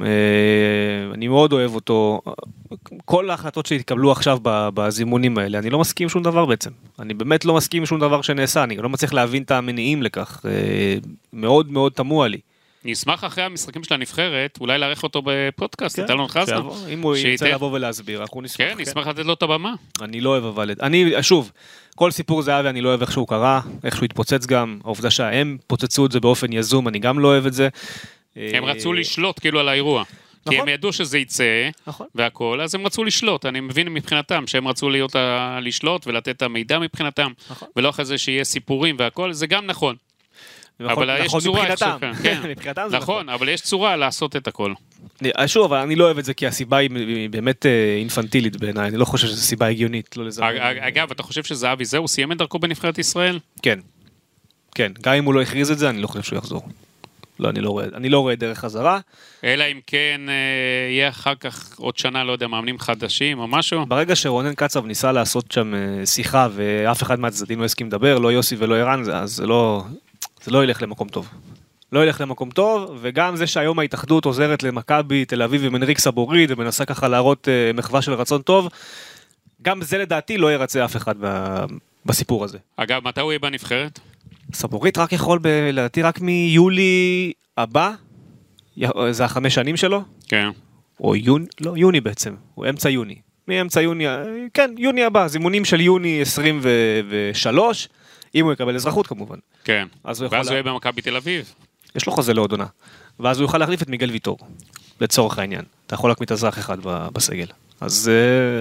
אני מאוד אוהב אותו, כל ההחלטות שהתקבלו עכשיו בזימונים האלה, אני לא מסכים שום דבר בעצם, אני באמת לא מסכים שום דבר שנעשה, אני לא מצליח להבין את המניעים לכך, מאוד מאוד תמוה לי. נשמח אחרי המשחקים של הנבחרת, אולי לארח אותו בפודקאסט, את אלון חזן. אם הוא ירצה לבוא ולהסביר, אנחנו נשמח. כן, נשמח לתת לו את הבמה. אני לא אוהב אבל... אני, שוב, כל סיפור זהבי אני לא אוהב איך שהוא קרה, איך שהוא התפוצץ גם, העובדה שהם פוצצו את זה באופן יזום, אני גם לא אוהב את זה. הם רצו לשלוט כאילו על האירוע. כי הם ידעו שזה יצא, והכל, אז הם רצו לשלוט. אני מבין מבחינתם שהם רצו להיות לשלוט ולתת את המידע מבחינתם, ולא אחרי זה שיהיה סיפורים והכל, זה גם נכון. אבל יש צורה, נכון, אבל יש צורה לעשות את הכל. שוב, אבל אני לא אוהב את זה, כי הסיבה היא באמת אינפנטילית בעיניי, אני לא חושב שזו סיבה הגיונית. אגב, אתה חושב שזהבי זה, הוא סיים את דרכו בנבחרת ישראל? כן, כן, גם אם הוא לא הכריז את זה, אני לא חושב שהוא יחזור. לא, אני לא רואה, אני לא רואה דרך חזרה. אלא אם כן יהיה אחר כך עוד שנה, לא יודע, מאמנים חדשים או משהו. ברגע שרונן קצב ניסה לעשות שם שיחה, ואף אחד מהצדדים לא הסכים לדבר, לא יוסי ולא ערן, אז זה לא, זה לא ילך למקום טוב. לא ילך למקום טוב, וגם זה שהיום ההתאחדות עוזרת למכבי, תל אביב עם אנריק סבורית, ומנסה ככה להראות מחווה של רצון טוב, גם זה לדעתי לא ירצה אף אחד בסיפור הזה. אגב, מתי הוא יהיה בנבחרת? סבורית רק יכול, לדעתי רק מיולי הבא, זה החמש שנים שלו? כן. או יוני, לא, יוני בעצם, הוא אמצע יוני. מאמצע יוני, כן, יוני הבא, זימונים של יוני עשרים ושלוש, אם הוא יקבל אזרחות כמובן. כן, ואז הוא יהיה במכבי תל אביב. יש לו חוזה לעוד עונה. ואז הוא יוכל להחליף את מיגל ויטור, לצורך העניין. אתה יכול רק מתאזרח אחד בסגל. אז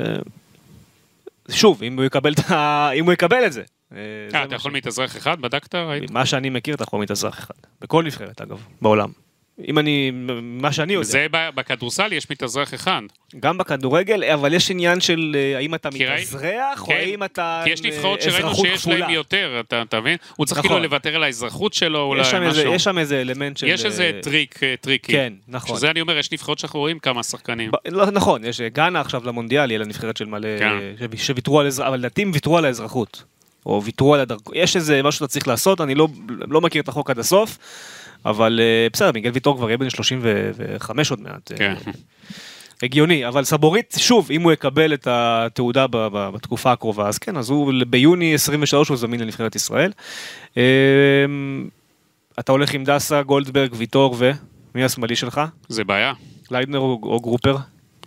שוב, אם הוא יקבל, אם הוא יקבל את זה. אה, אתה יכול מתאזרח אחד? בדקת? מה שאני מכיר, אתה יכול מתאזרח אחד. בכל נבחרת, אגב, בעולם. אם אני, מה שאני יודע. זה בכדורסל יש מתאזרח אחד. גם בכדורגל, אבל יש עניין של האם אתה מתאזרח, או האם אתה כי יש נבחרות שראינו שיש להם יותר, אתה מבין? הוא צריך כאילו לוותר על האזרחות שלו, אולי משהו. יש שם איזה אלמנט של... יש איזה טריק, טריקי. כן, נכון. שזה אני אומר, יש נבחרות שאנחנו רואים כמה שחקנים. נכון, יש גאנה עכשיו למונדיאל, יהיה לנבחרת של מלא, שוויתרו על אזרחות, אבל לדעתים ויתרו על האזרחות. או ויתרו על הדרכו. יש איזה משהו שאתה צריך לעשות, אני לא, לא מכיר את החוק עד הסוף, אבל בסדר, מיגל ויטור כבר יהיה בן שלושים וחמש עוד מעט. כן. הגיוני, אבל סבורית, שוב, אם הוא יקבל את התעודה בתקופה הקרובה, אז כן, אז הוא ביוני עשרים ושלוש הוא זמין לנבחרת ישראל. אתה הולך עם דסה, גולדברג, ויטור ומי השמאלי שלך? זה בעיה. ליידנר או, או גרופר?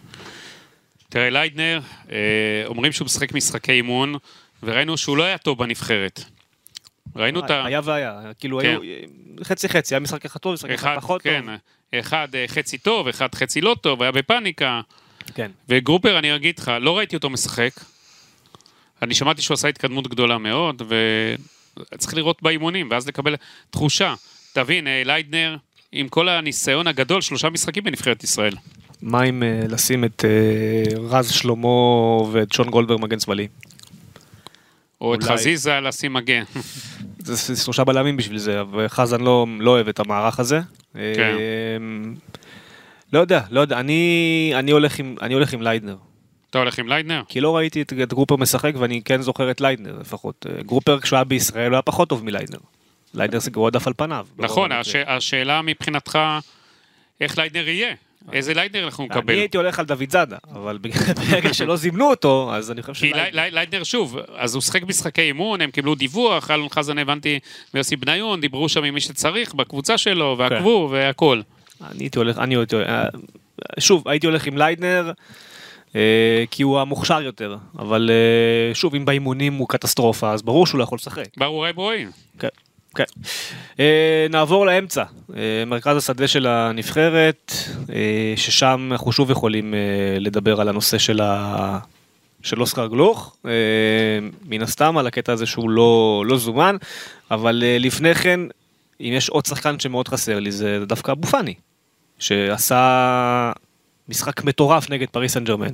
תראה, ליידנר, אומרים שהוא משחק משחקי אימון, וראינו שהוא לא היה טוב בנבחרת. ראינו את ה... היה והיה, כאילו היו חצי חצי, היה משחק אחד טוב, משחק אחד פחות טוב. אחד חצי טוב, אחד חצי לא טוב, היה בפאניקה. כן. וגרופר, אני אגיד לך, לא ראיתי אותו משחק. אני שמעתי שהוא עשה התקדמות גדולה מאוד, וצריך לראות באימונים, ואז לקבל תחושה. תבין, ליידנר, עם כל הניסיון הגדול, שלושה משחקים בנבחרת ישראל. מה אם לשים את רז שלמה ואת שון גולדברג מגן שמאלי? או את חזיזה לשים מגן. זה שלושה בלמים בשביל זה, וחזן לא, לא אוהב את המערך הזה. כן. לא יודע, לא יודע, אני, אני הולך עם, אני הולך עם ליידנר. אתה הולך עם ליידנר? כי לא ראיתי את, את גרופר משחק, ואני כן זוכר את ליידנר לפחות. גרופר כשהוא היה בישראל, הוא היה פחות טוב מליידנר. ליידנר זה גרוע דף על פניו. נכון, הש, השאלה מבחינתך, איך ליידנר יהיה? איזה ליידנר אנחנו נקבל? אני הייתי הולך על דוד זאדה, אבל ברגע שלא זימנו אותו, אז אני חושב שליידנר... כי ליידנר שוב, אז הוא שחק משחקי אימון, הם קיבלו דיווח, אלון חזן הבנתי ויוסי בניון, דיברו שם עם מי שצריך, בקבוצה שלו, ועקבו, והכל. אני הייתי הולך, אני הייתי הולך, שוב, הייתי הולך עם ליידנר, כי הוא המוכשר יותר, אבל שוב, אם באימונים הוא קטסטרופה, אז ברור שהוא לא יכול לשחק. ברור, רואים. כן. כן. נעבור לאמצע, מרכז השדה של הנבחרת, ששם אנחנו שוב יכולים לדבר על הנושא של ה... של אוסקר גלוך, מן הסתם על הקטע הזה שהוא לא, לא זומן, אבל לפני כן, אם יש עוד שחקן שמאוד חסר לי, זה דווקא אבו פאני, שעשה משחק מטורף נגד פריס סן ז'רמן.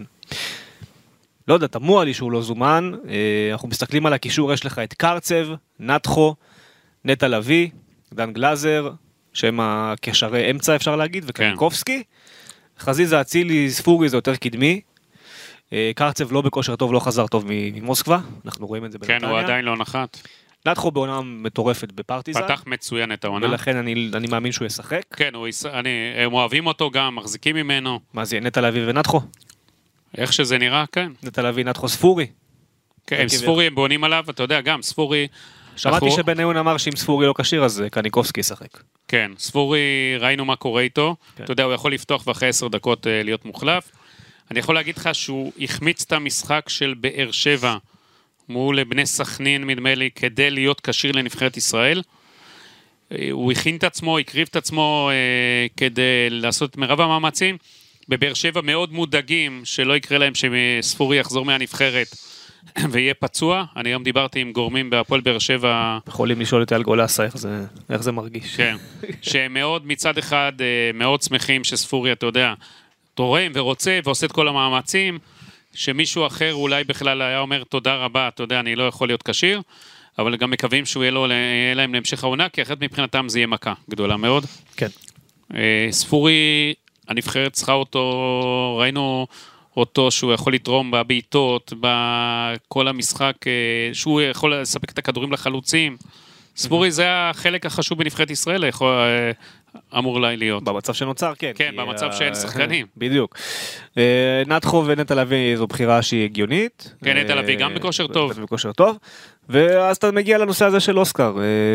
לא יודע, תמוה לי שהוא לא זומן, אנחנו מסתכלים על הקישור, יש לך את קרצב, נתחו, נטע לוי, דן גלזר, שהם הקשרי אמצע אפשר להגיד, וקניקובסקי. חזיזה אצילי, ספורי זה יותר קדמי. קרצב לא בכושר טוב, לא חזר טוב ממוסקבה. אנחנו רואים את זה בנתניה. כן, הוא עדיין לא נחת. נתחו בעונה מטורפת בפרטיזן. פתח מצוין את העונה. ולכן אני, אני מאמין שהוא ישחק. כן, הוא יש... אני... הם אוהבים אותו גם, מחזיקים ממנו. מה זה, נטע לוי ונתחו? איך שזה נראה, כן. נטע לוי, נתחו, ספורי. כן, ספורי הם בונים עליו, אתה יודע, גם ספורי... שמעתי אנחנו... שבניון אמר שאם ספורי לא קשיר, אז קניקובסקי ישחק. כן, ספורי, ראינו מה קורה איתו, כן. אתה יודע, הוא יכול לפתוח ואחרי עשר דקות אה, להיות מוחלף. אני יכול להגיד לך שהוא החמיץ את המשחק של באר שבע, מול בני סכנין, נדמה לי, כדי להיות כשיר לנבחרת ישראל. אה, הוא הכין את עצמו, הקריב את עצמו אה, כדי לעשות את מרב המאמצים. בבאר שבע מאוד מודאגים שלא יקרה להם שספורי יחזור מהנבחרת ויהיה פצוע. אני גם דיברתי עם גורמים בהפועל באר שבע. יכולים לשאול את אייל גולסה איך זה, איך זה מרגיש. כן, שמאוד מצד אחד מאוד שמחים שספורי, אתה יודע, תורם ורוצה ועושה את כל המאמצים, שמישהו אחר אולי בכלל היה אומר תודה רבה, אתה יודע, אני לא יכול להיות כשיר, אבל גם מקווים שהוא יהיה, לו, יהיה להם להמשך העונה, כי אחרת מבחינתם זה יהיה מכה גדולה מאוד. כן. ספורי, הנבחרת צריכה אותו, ראינו אותו שהוא יכול לתרום בבעיטות, בכל המשחק, שהוא יכול לספק את הכדורים לחלוצים. ספורי זה החלק החשוב בנבחרת ישראל, יכול, אמור לי להיות. במצב שנוצר, כן. כן, במצב שאין שחקנים. בדיוק. נתחו ונטע לביא זו בחירה שהיא הגיונית. כן, נטע לביא גם בכושר טוב. בכושר טוב. ואז אתה מגיע לנושא הזה של אוסקר.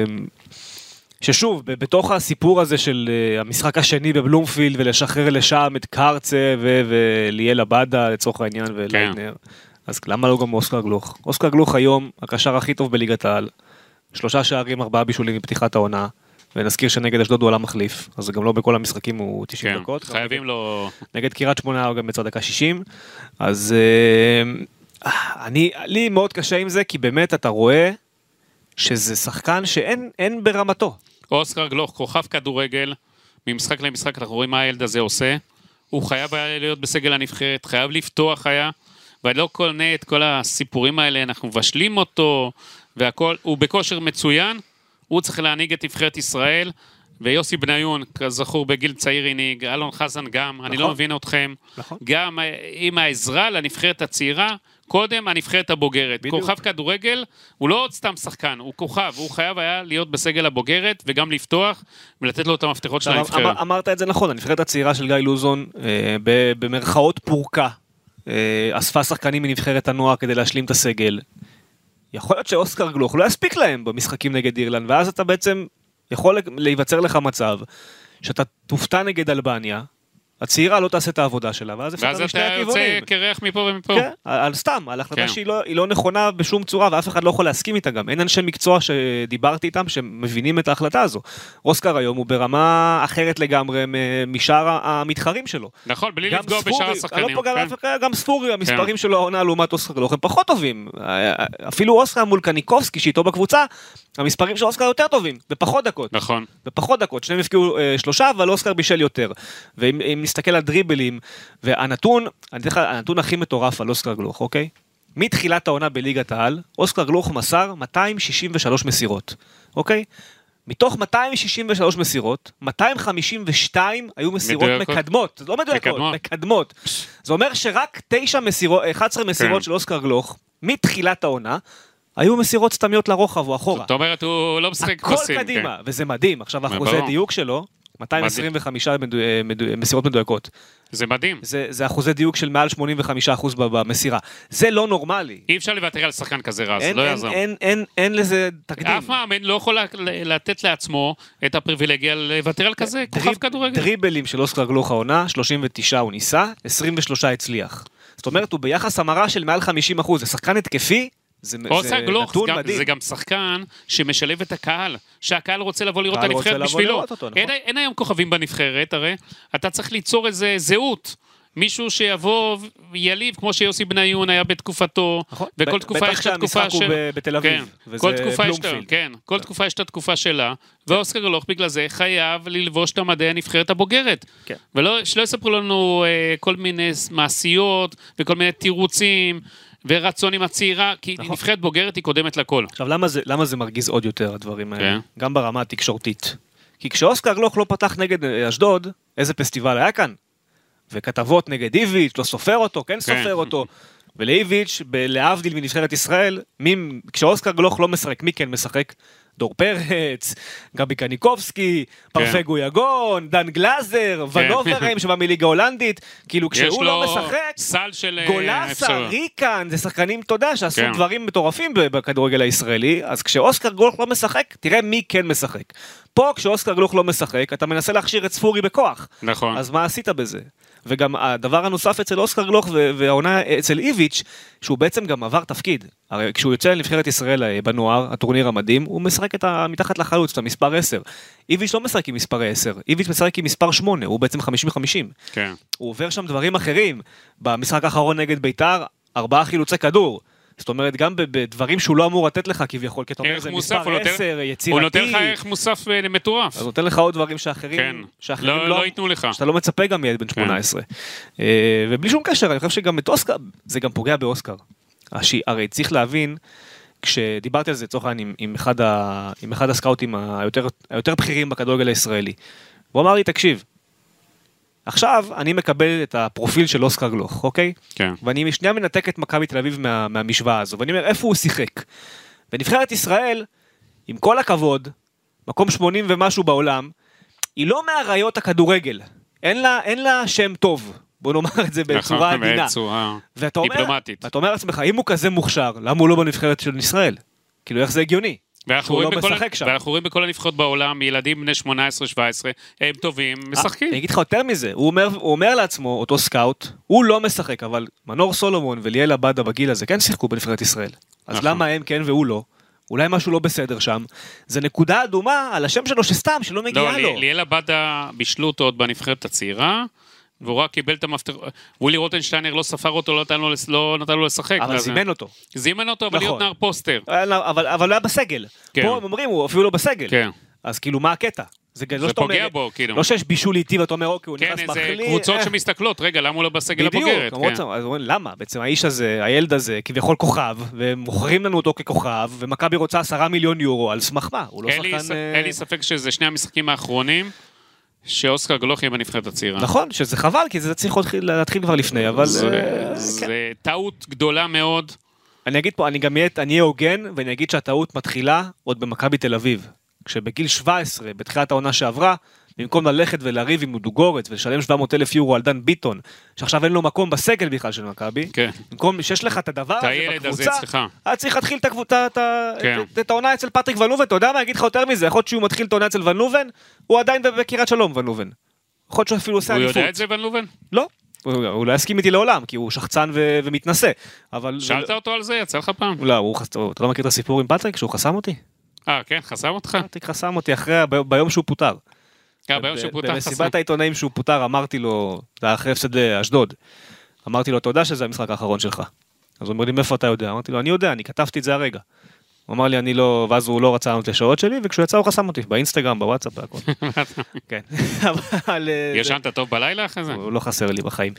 ששוב, בתוך הסיפור הזה של המשחק השני בבלומפילד, ולשחרר לשם את קרצה וליאל עבדה לצורך העניין ולייטנר. אז למה לא גם אוסקר גלוך? אוסקר גלוך היום, הקשר הכי טוב בליגת העל, שלושה שערים, ארבעה בישולים מפתיחת העונה, ונזכיר שנגד אשדוד הוא עלה מחליף, אז גם לא בכל המשחקים הוא תשעים כן, דקות. חייבים לו... נגד קריית שמונה הוא גם בצד דקה שישים, אז אני, לי מאוד קשה עם זה, כי באמת אתה רואה שזה שחקן שאין אין ברמתו. אוסקר גלוך, כוכב כדורגל, ממשחק למשחק, אנחנו רואים מה הילד הזה עושה, הוא חייב היה להיות בסגל הנבחרת, חייב לפתוח היה, ואני לא קונה את כל הסיפורים האלה, אנחנו מבשלים אותו, והכל, הוא בכושר מצוין, הוא צריך להנהיג את נבחרת ישראל, ויוסי בניון, כזכור בגיל צעיר הנהיג, אלון חזן גם, נכון. אני לא מבין אתכם, נכון. גם עם העזרה לנבחרת הצעירה, קודם הנבחרת הבוגרת. בדיוק. כוכב כדורגל, הוא לא עוד סתם שחקן, הוא כוכב, הוא חייב היה להיות בסגל הבוגרת, וגם לפתוח, ולתת לו את המפתחות של הנבחרת. אמר, אמרת את זה נכון, הנבחרת הצעירה של גיא לוזון, אה, במרכאות פורקה, אה, אספה שחקנים מנבחרת הנוער כדי להשלים את הסגל. יכול להיות שאוסקר גלוך לא יספיק להם במשחקים נגד אירלנד, ואז אתה בעצם יכול להיווצר לך מצב, שאתה תופתע נגד אלבניה, הצעירה לא תעשה את העבודה שלה, ואז אפשר משני הכיוונים. ואז אתה יוצא קרח מפה ומפה. כן, על סתם, על החלטה שהיא לא נכונה בשום צורה, ואף אחד לא יכול להסכים איתה גם. אין אנשי מקצוע שדיברתי איתם, שמבינים את ההחלטה הזו. אוסקר היום הוא ברמה אחרת לגמרי משאר המתחרים שלו. נכון, בלי לפגוע בשאר השחקנים. גם ספורי, המספרים שלו העונה לעומת אוסקר גלוך, הם פחות טובים. אפילו אוסקר מול קניקובסקי, שאיתו בקבוצה, המספרים של אוסקר יותר טובים, בפחות דקות. נכון. בפחות דקות, שניהם הפקיעו שלושה, אבל אוסקר בישל יותר. ואם נסתכל על דריבלים, והנתון, אני אתן לך, הנתון הכי מטורף על אוסקר גלוך, אוקיי? מתחילת העונה בליגת העל, אוסקר גלוך מסר מאתיים שישים ושלוש מסירות, אוקיי? מתוך מאתיים שישים ושלוש מסירות, מאתיים חמישים ושתיים היו מסירות מדויקות. מקדמות, זה לא מדויקות, מקדמות. מקדמות. זה אומר שרק תשע מסירות, אחת עשרה מסירות כן. של אוסקר גלוך, מתחילת העונה, היו מסירות סתמיות לרוחב או אחורה. זאת אומרת, הוא לא משחק פוסים. הכל קדימה, כן. וזה מדהים. עכשיו, אחוזי דיוק שלו, מאתיים עשרים וחמש מדו... מדו... מסירות מדויקות. זה מדהים. זה, זה אחוזי דיוק של מעל שמונים וחמישה אחוז במסירה. זה לא נורמלי. אי אפשר לוותר על שחקן כזה רז, לא יעזור. אין, אין, אין, אין לזה תקדים. אף מאמן לא יכול לתת לעצמו את הפריבילגיה לוותר על כזה, כוכב כדורגל. דריבלים של אוסקר גלוך העונה, שלושים ותשע הוא ניסה, עשרים ושלוש הצליח. זאת אומרת, הוא ביחס המרה של מעל חמישים אחוז. זה שחקן התקפי, זה, זה נתון גם, מדהים. זה גם שחקן שמשלב את הקהל, שהקהל רוצה לבוא לראות את הנבחרת בשבילו. אותו, נכון? אין, אין היום כוכבים בנבחרת, הרי אתה צריך ליצור איזה זהות, מישהו שיבוא ויליב, כמו שיוסי בניון היה בתקופתו, נכון? וכל ב- תקופה יש את התקופה של... בטח שהמשחק הוא בתל אביב, כן, וזה כל תקופה יש, כן, כל כן. תקופה יש את התקופה שלה, ואוסקר גלוך בגלל זה חייב ללבוש את המדי הנבחרת הבוגרת. כן. ולא, שלא יספרו לנו אה, כל מיני מעשיות, וכל מיני תירוצים, ורצון עם הצעירה, כי נכון. נבחרת בוגרת היא קודמת לכל. עכשיו, למה זה, למה זה מרגיז עוד יותר, הדברים האלה? כן. גם ברמה התקשורתית. כי כשאוסקר גלוך לא פתח נגד אשדוד, איזה פסטיבל היה כאן? וכתבות נגד איביץ', לא סופר אותו, כן, כן. סופר אותו. ולאיביץ', להבדיל מנבחרת ישראל, מי, כשאוסקר גלוך לא משחק, מי כן משחק? דור פרץ, גבי קניקובסקי, פרפגו יגון, דן גלזר, ונוברהם שבא מליגה הולנדית, כאילו כשהוא לא משחק, סל של גולסה, ריקן, זה שחקנים, אתה יודע, שעשו דברים מטורפים בכדורגל הישראלי, אז כשאוסקר גלוך לא משחק, תראה מי כן משחק. פה כשאוסקר גלוך לא משחק, אתה מנסה להכשיר את ספורי בכוח. נכון. אז מה עשית בזה? וגם הדבר הנוסף אצל אוסקר גלוך והעונה אצל איביץ', שהוא בעצם גם עבר תפקיד. הרי כשהוא יוצא לנבחרת ישראל בנוער, הטורניר המדהים, הוא משחק את מתחת לחלוץ, את המספר עשר. איביץ' לא משחק עם מספר עשר, איביץ' משחק עם מספר שמונה, הוא בעצם חמישים חמישים. כן. הוא עובר שם דברים אחרים. במשחק האחרון נגד בית"ר, ארבעה חילוצי כדור. זאת אומרת, גם בדברים שהוא לא אמור לתת לך כביכול, כי אתה אומר, זה מספר עשר, יצירתי. הוא נותן לך ערך מוסף מטורף. אז נותן לך עוד דברים שאחרים, שאחרים לא ייתנו לך. שאתה לא מצפה גם ילד בן שמונה עשרה. ובלי שום קשר, אני חושב שגם את אוסקר, זה גם פוגע באוסקר. הרי צריך להבין, כשדיברתי על זה, צורך עם, עם, אחד ה, עם אחד הסקאוטים היותר, היותר בכירים בכדורגל הישראלי, הוא אמר לי, תקשיב, עכשיו אני מקבל את הפרופיל של אוסקר גלוך, אוקיי? כן. ואני שנייה מנתק את מכבי תל אביב מה, מהמשוואה הזו, ואני אומר, איפה הוא שיחק? ונבחרת ישראל, עם כל הכבוד, מקום שמונים ומשהו בעולם, היא לא מהראיות הכדורגל. אין לה, אין לה שם טוב. בוא נאמר את זה בצורה עדינה. בצורה דיפלומטית. ואתה אומר לעצמך, אם הוא כזה מוכשר, למה הוא לא בנבחרת של ישראל? כאילו, איך זה הגיוני? ואנחנו רואים, לא בכל, ואנחנו רואים בכל הנבחרות בעולם, ילדים בני שמונה עשרה שבע עשרה, הם טובים, משחקים. אני אגיד לך יותר מזה, הוא אומר, הוא אומר לעצמו, אותו סקאוט, הוא לא משחק, אבל מנור סולומון וליאל עבדה בגיל הזה כן שיחקו בנבחרת ישראל. אז נכון. למה הם כן והוא לא? אולי משהו לא בסדר שם. זה נקודה אדומה על השם שלו שסתם, שלא מגיעה לא, לו. ליאל עבדה בישלו אותו עוד בנבחרת הצעירה, והוא רק קיבל את המפתח, וולי רוטנשטיינר לא ספר אותו, לא נתן לו, לא נתן לו לשחק. אבל זימן אותו. זימן אותו, אבל להיות נער פוסטר. אבל, אבל לא היה בסגל. כן. פה הם אומרים, הוא אפילו לא בסגל. כן. אז כאילו, מה הקטע? זה, זה לא פוגע אומר, בו, כאילו. לא שיש בישול איטי, ואתה אומר, אוקיי, הוא כן, נכנס מחלי. כן, זה קבוצות אה... שמסתכלות, רגע, למה הוא לא בסגל בדיוק, הבוגרת? בדיוק, כן. אז אומרים, למה? בעצם האיש הזה, הילד הזה, כביכול כוכב, ומוכרים לנו אותו ככוכב, ומכבי רוצה עשרה מיליון יורו, על סמך מה? הוא לא שחקן... ס... אין לי ספק שזה שני המשחקים האחרונים, שאוסקר גלוך יהיה בנבחרת הצעירה. נכון, שזה חבל, כי זה צריך להתחיל כבר לפני, אבל... זה טעות גדולה מאוד. אני אגיד פה, אני גם אהיה הוגן, ואני אגיד שהטעות מתחילה עוד במכבי תל אביב. כשבגיל שבע עשרה, בתחילת העונה שעברה, במקום ללכת ולריב עם דוגורץ, ולשלם שבע מאות אלף יורו על דן ביטון, שעכשיו אין לו מקום בסגל בכלל של מכבי, במקום שיש לך את הדבר הזה בקבוצה, אתה צריך להתחיל את העונה אצל פטריק ון לובן, אתה יודע מה, אני אגיד לך יותר מזה, יכול להיות שהוא מתחיל את העונה אצל ון לובן, הוא עדיין בקריית שלום ון לובן. יכול להיות שהוא אפילו עושה אליפות. הוא יודע את זה ון לובן? לא. הוא לא יסכים איתי לעולם, כי הוא שחצן ומתנסה. שאלת אותו על זה, יצא לך פעם? לא, אתה לא מכיר את הסיפור עם פטריק, שהוא חסם אותי? אה, כן, חסם אותך? פטריק חסם אותי אחרי, ביום שהוא פוטר. ביום שהוא פוטר חסם. במסיבת העיתונאים שהוא פוטר, אמרתי לו, זה היה אחרי הפסד לאשדוד, אמרתי לו, אתה יודע שזה המשחק האחרון שלך? אז הוא אומר לי, מאיפה אתה יודע? אמרתי לו, אני יודע, אני כתבתי את זה הרגע. הוא אמר לי, אני לא, ואז הוא לא רצה לענות לשעות שלי, וכשהוא יצא הוא חסם אותי, באינסטגרם, בוואטסאפ, והכל. כן. ישנת טוב בלילה אחרי זה? הוא לא חסר לי בחיים.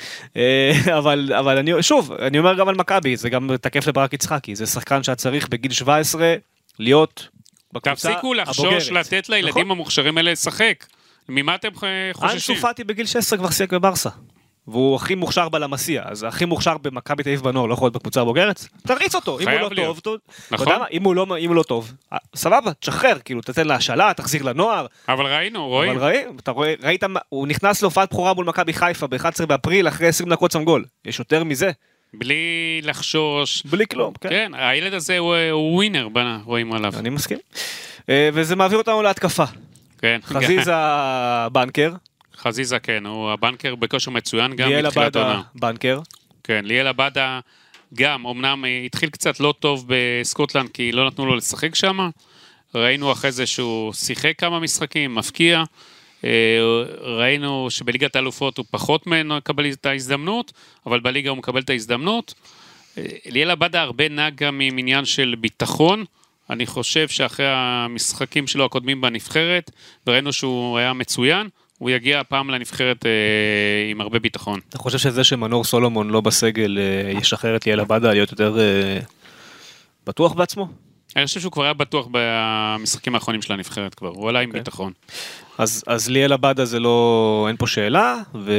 אבל אני, שוב, אני אומר גם על מכבי, זה גם תקף לברק יצחקי, זה שחקן שאת צריך בגיל שבע עשרה להיות בקבוצה הבוגרת. תפסיקו לחשוש לתת לילדים המוכשרים האלה לשחק. ממה אתם חוששים? אנסו פאטי בגיל שש עשרה כבר שיחק בברסה. והוא הכי מוכשר בלמסיה, אז הכי מוכשר במכבי תל אביב בנוער, לא יכול להיות בקבוצה הבוגרת, תריץ אותו, אם הוא לא טוב, נכון? אם הוא לא טוב, סבבה, תשחרר, כאילו, תתן להשאלה, תחזיר לנוער. אבל ראינו, רואים. אבל ראינו, אתה רואה, ראית, הוא נכנס להופעת בחורה מול מכבי חיפה ב-אחד עשר באפריל, אחרי עשרים דקות שם גול. יש יותר מזה? בלי לחשוש. בלי כלום, כן. כן, הילד הזה הוא ווינר, רואים עליו. אני מסכים. וזה מעביר אותנו להתקפה. כן. חזיזה בנקר. חזיזה, כן, הוא הבנקר בכושר מצוין גם מתחילת עונה. ליאל עבדה בנקר. כן, ליאל עבדה גם, אמנם התחיל קצת לא טוב בסקוטלנד, כי לא נתנו לו לשחק שם. ראינו אחרי זה שהוא שיחק כמה משחקים, מפקיע. ראינו שבליגת האלופות הוא פחות ממנו מקבל את ההזדמנות, אבל בליגה הוא מקבל את ההזדמנות. ליאל עבדה הרבה נע גם עם עניין של ביטחון. אני חושב שאחרי המשחקים שלו הקודמים בנבחרת, וראינו שהוא היה מצוין, הוא יגיע הפעם לנבחרת אה, עם הרבה ביטחון. אתה חושב שזה שמנור סולומון לא בסגל אה, ישחרר את ליאל עבדה להיות יותר אה, בטוח בעצמו? אני חושב שהוא כבר היה בטוח במשחקים האחרונים של הנבחרת כבר, הוא עלה עם okay. ביטחון. אז, אז ליאל עבדה זה לא, אין פה שאלה,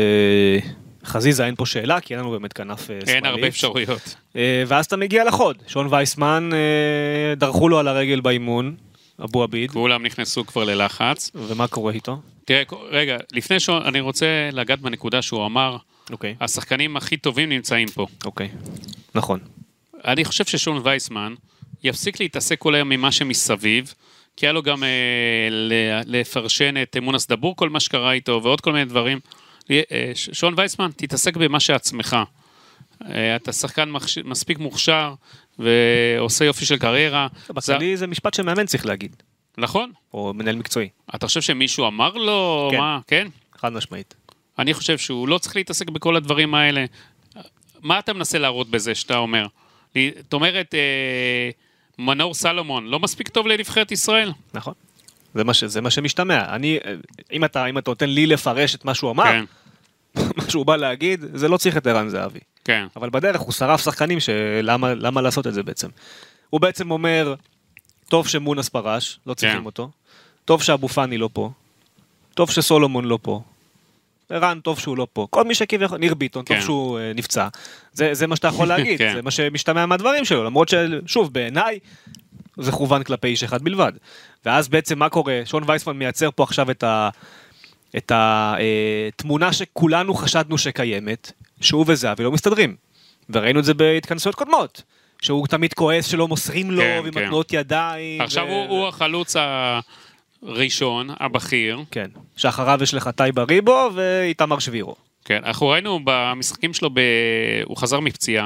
וחזיזה אין פה שאלה, כי אין לנו באמת כנף שמאלית. אין הרבה אפשרויות. אה, ואז אתה מגיע לחוד, שון וייסמן אה, דרכו לו על הרגל באימון, אבו עביד. כולם נכנסו כבר ללחץ. ומה קורה איתו? תראה, רגע, לפני שאני רוצה לגעת בנקודה שהוא אמר, אוקיי. השחקנים הכי טובים נמצאים פה. אוקיי, נכון. אני חושב ששון וייסמן יפסיק להתעסק כל היום ממה שמסביב, כי היה לו גם אה, לפרשן את אמונס דבור, כל מה שקרה איתו, ועוד כל מיני דברים. אה, שון וייסמן, תתעסק במה שעצמך. אה, אתה שחקן מחש... מספיק מוכשר, ועושה יופי של קריירה. בכללי זה משפט שמאמן צריך להגיד. נכון. או מנהל מקצועי. אתה חושב שמישהו אמר לו, כן. מה? כן? חד משמעית. אני חושב שהוא לא צריך להתעסק בכל הדברים האלה. מה אתה מנסה להראות בזה שאתה אומר? זאת אומרת, אה, מנור סלומון לא מספיק טוב לנבחרת ישראל? נכון. זה מה, ש, זה מה שמשתמע. אני, אם אתה, אם אתה נותן לי לפרש את מה שהוא אמר, כן. מה שהוא בא להגיד, זה לא צריך את ערן זהבי. כן. אבל בדרך הוא שרף שחקנים שלמה, למה לעשות את זה בעצם? הוא בעצם אומר, טוב שמונס פרש, לא צריכים כן. אותו. טוב שאבו פאני לא פה. טוב שסולומון לא פה. ערן, טוב שהוא לא פה. כל מי שכביכול, ניר ביטון, כן. טוב שהוא uh, נפצע. זה, זה מה שאתה יכול להגיד. כן. זה מה שמשתמע מהדברים שלו. למרות ששוב, בעיניי, זה כוון כלפי איש אחד בלבד. ואז בעצם מה קורה? שון וייסמן מייצר פה עכשיו את ה... את התמונה שכולנו חשדנו שקיימת, שהוא וזהבי לא מסתדרים. וראינו את זה בהתכנסויות קודמות. שהוא תמיד כועס שלא מוסרים לו, כן, ועם כן. התנועות ידיים. עכשיו ו... הוא, הוא החלוץ הראשון, הבכיר. כן. שאחריו יש לך טייבה ריבו ואיתמר שבירו. כן, אנחנו ראינו במשחקים שלו, ב... הוא חזר מפציעה.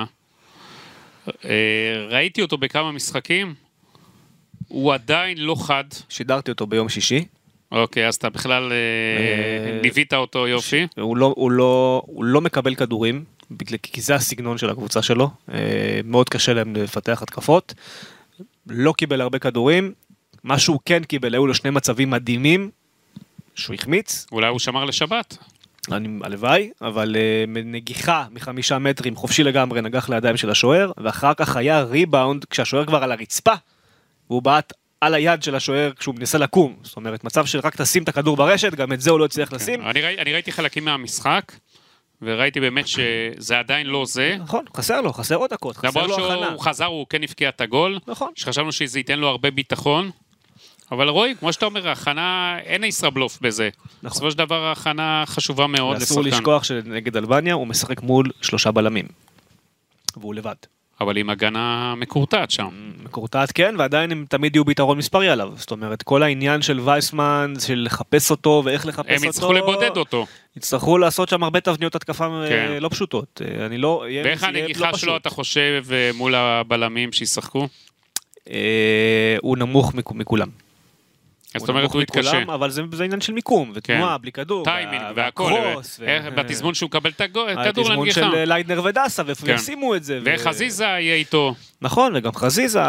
ראיתי אותו בכמה משחקים. הוא עדיין לא חד. שידרתי אותו ביום שישי. אוקיי, אז אתה בכלל ליווית אותו יופי. הוא לא, הוא לא, הוא לא מקבל כדורים, כי זה הסגנון של הקבוצה שלו. מאוד קשה להם לפתח התקפות. לא קיבל הרבה כדורים. מה שהוא כן קיבל, היו לו שני מצבים מדהימים, שהוא החמיץ. אולי הוא שמר לשבת. אני הלוואי, אבל uh, נגיחה מחמישה מטרים, חופשי לגמרי, נגח לידיים של השוער, ואחר כך היה ריבאונד, כשהשוער כבר על הרצפה, והוא בעט על היד של השוער כשהוא מנסה לקום. זאת אומרת, מצב שרק תשים את הכדור ברשת, גם את זה הוא לא הצליח לשים. אני, ראי, אני ראיתי חלקים מהמשחק, וראיתי באמת שזה עדיין לא זה. נכון, חסר לו, חסר עוד דקות, חסר לו הכנה. למרות שהוא חזר, הוא כן הפקיע את הגול. נכון. שחשבנו שזה ייתן לו הרבה ביטחון. אבל רואי, כמו שאתה אומר, ההכנה, אין ישראבלוף בזה. נכון. בסופו של דבר, ההכנה חשובה מאוד לשחקן. ואסור לשכוח שנגד אלבניה הוא משחק מול שלושה בלמים. והוא לבד. אבל עם הגנה מקורטעת שם. מקורטעת כן, ועדיין הם תמיד יהיו ביתרון מספרי עליו. זאת אומרת, כל העניין של וייסמן, של לחפש אותו ואיך לחפש אותו. הם יצטרכו לבודד אותו. יצטרכו לעשות שם הרבה תבניות התקפה כן. לא פשוטות. אני לא... ואיך הנגיחה לא שלו אתה חושב מול הבלמים שישחקו? הוא נמוך מכולם. זאת אומרת, הוא יתקשה. אבל זה, זה עניין של מיקום, ותנועה, כן. בלי כדור. טיימינג והכל. והתזמון שהוא קבל את הכדור לנגיחה. התזמון של ליידנר ודסה, ואיפה ישימו את זה. וחזיזה יהיה איתו. נכון, וגם חזיזה.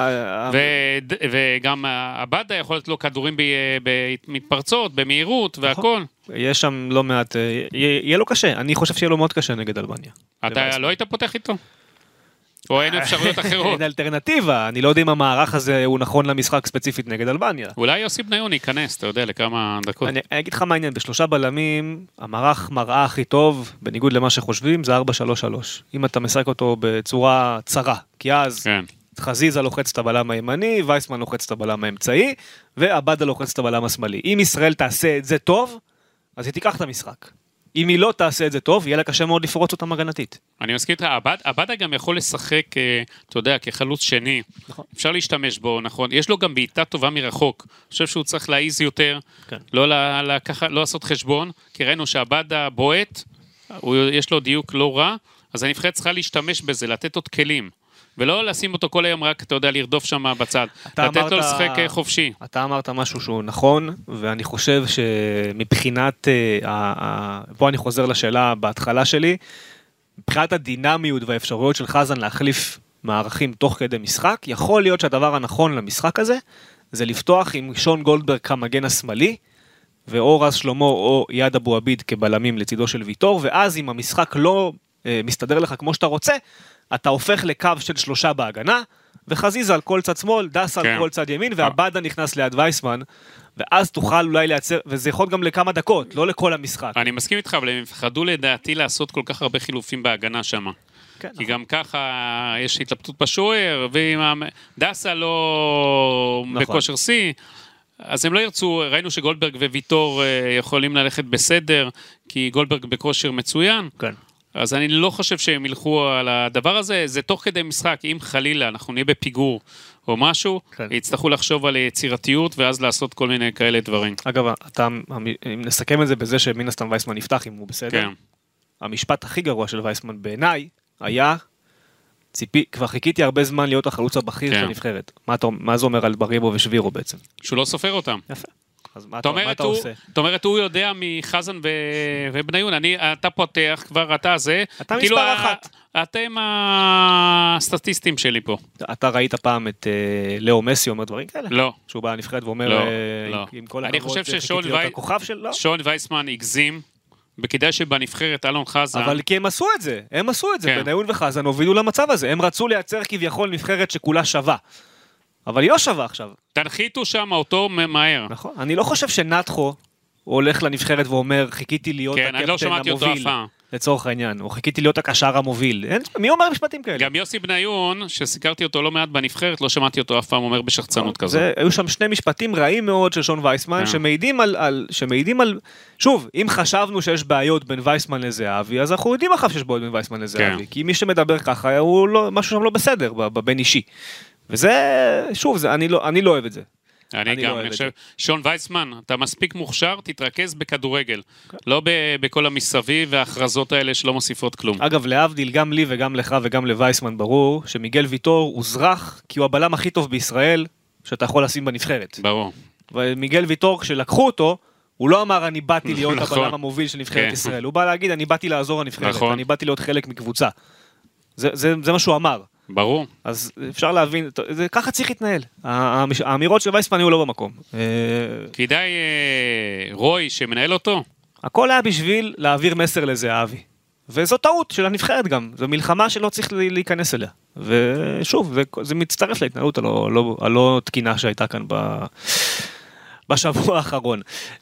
וגם הבאדה יכול להיות לו כדורים במתפרצות, במהירות והכל. יש שם לא מעט, יהיה לו קשה. אני חושב שיהיה לו מאוד קשה נגד אלבניה. אתה לא היית פותח איתו? או אין אפשרויות אחרות. אין אלטרנטיבה, אני לא יודע אם המערך הזה הוא נכון למשחק ספציפית נגד אלבניה. אולי יוסי בניון ייכנס, אתה יודע, לכמה דקות. אני אגיד לך מה העניין, בשלושה בלמים, המערך מראה הכי טוב, בניגוד למה שחושבים, זה ארבע שלוש שלוש. אם אתה משחק אותו בצורה צרה, כי אז חזיזה לוחץ את הבלם הימני, וייסמן לוחץ את הבלם האמצעי, ועבדה לוחץ את הבלם השמאלי. אם ישראל תעשה את זה טוב, אז היא תיקח את המשחק. אם היא לא תעשה את זה טוב, יהיה לה קשה מאוד לפרוץ אותה הגנתית. אני מסכים איתך, עבדה גם יכול לשחק, אתה יודע, כחלוץ שני. נכון. אפשר להשתמש בו, נכון. יש לו גם בעיטה טובה מרחוק. אני חושב שהוא צריך להעיז יותר, כן. לא, לה, לה, ככה, לא לעשות חשבון, כי ראינו שעבדה בועט, הוא, יש לו דיוק לא רע, אז הנבחרת צריכה להשתמש בזה, לתת עוד כלים. ולא לשים אותו כל היום רק, אתה יודע, לרדוף שם בצד. לתת אמרת, לו לשחק חופשי. אתה אמרת משהו שהוא נכון, ואני חושב שמבחינת, פה אני חוזר לשאלה בהתחלה שלי, מבחינת הדינמיות והאפשרויות של חזן להחליף מערכים תוך כדי משחק, יכול להיות שהדבר הנכון למשחק הזה, זה לפתוח עם שון גולדברג כמגן השמאלי, ואו רז שלמה או יד אבו עביד כבלמים לצידו של ויטור, ואז אם המשחק לא מסתדר לך כמו שאתה רוצה, אתה הופך לקו של שלושה בהגנה, וחזיזה על כל צד שמאל, דס על כן. כל צד ימין, והבדה נכנס ליד וייסמן, ואז תוכל אולי לייצר, וזה יכול גם לכמה דקות, לא לכל המשחק. אני מסכים איתך, אבל הם פחדו לדעתי לעשות כל כך הרבה חילופים בהגנה שם. כן, כי נכון. גם ככה יש התלבטות בשוער, ואם דסה לא נכון. בכושר סי, אז הם לא ירצו, ראינו שגולדברג וויטור יכולים ללכת בסדר, כי גולדברג בכושר מצוין. כן. אז אני לא חושב שהם ילכו על הדבר הזה, זה תוך כדי משחק, אם חלילה אנחנו נהיה בפיגור או משהו, כן. יצטרכו לחשוב על יצירתיות, ואז לעשות כל מיני כאלה דברים. אגב, אתה, אם נסכם את זה בזה שמן הסתם וייסמן נפתח, אם הוא בסדר, כן. המשפט הכי גרוע של וייסמן בעיניי, היה, ציפי, כבר חיכיתי הרבה זמן להיות החלוץ הבכיר כן. של הנבחרת. מה, מה זה אומר על בריבו ושבירו בעצם? שהוא לא סופר אותם. יפה. אז מה אתה, מה אתה עושה? זאת אומרת, הוא יודע מחזן ובניון, אתה פותח כבר, אתה זה. אתה מספר אחת. אתם הסטטיסטים שלי פה. אתה ראית פעם את לאו מסי אומר דברים כאלה? לא. שהוא בא לנבחרת ואומר, עם כל הכבוד, חיכיתי להיות הכוכב של... שון וייסמן הגזים, בכדאי שבנבחרת אלון חזן... אבל כי הם עשו את זה, הם עשו את זה, בניון וחזן הובילו למצב הזה, הם רצו לייצר כביכול נבחרת שכולה שווה. אבל היא לא שווה עכשיו. תנחיתו שם אותו מהר. נכון. אני לא חושב שנתחו הולך לנבחרת ואומר, חיכיתי להיות כן, הקפטן המוביל. לא אותו לצורך העניין. או חיכיתי להיות הקשר המוביל. אין, מי אומר משפטים כאלה? גם יוסי בניון, שסיקרתי אותו לא מעט בנבחרת, לא שמעתי אותו אף פעם אומר בשחצנות כזו. זה, היו שם שני משפטים רעים מאוד של שון וייסמן, שמעידים על, על, שמעידים על, שוב, אם חשבנו שיש בעיות בין וייסמן לזהבי, אז אנחנו יודעים אחר שיש בעיות בין וייסמן לזהבי. כי מי שמדבר ככה, הוא לא, משהו שם לא בסדר, בבין אישי. וזה, שוב, זה, אני לא, אני לא אוהב את זה. אני, אני גם, לא אני חושב, שון וייסמן, אתה מספיק מוכשר, תתרכז בכדורגל. Okay. לא ב- בכל המסביב וההכרזות האלה שלא מוסיפות כלום. אגב, להבדיל, גם לי וגם לך וגם לווייסמן ברור, שמיגל ויטור הוא זרח, כי הוא הבלם הכי טוב בישראל, שאתה יכול לשים בנבחרת. ברור. ומיגל ויטור, כשלקחו אותו, הוא לא אמר, אני באתי להיות הבלם המוביל של נבחרת ישראל. הוא בא להגיד, אני באתי לעזור לנבחרת, אני באתי להיות חלק מקבוצה. זה, זה, זה מה שהוא אמר. ברור. אז אפשר להבין, זה ככה צריך להתנהל. האמירות של וייסמן היו לא במקום. כדאי רוי שמנהל אותו? הכל היה בשביל להעביר מסר לזהבי. וזו טעות של הנבחרת גם. זו מלחמה שלא צריך להיכנס אליה. ושוב, זה, זה מצטרף להתנהלות הלא, לא, הלא תקינה שהייתה כאן ב, בשבוע האחרון.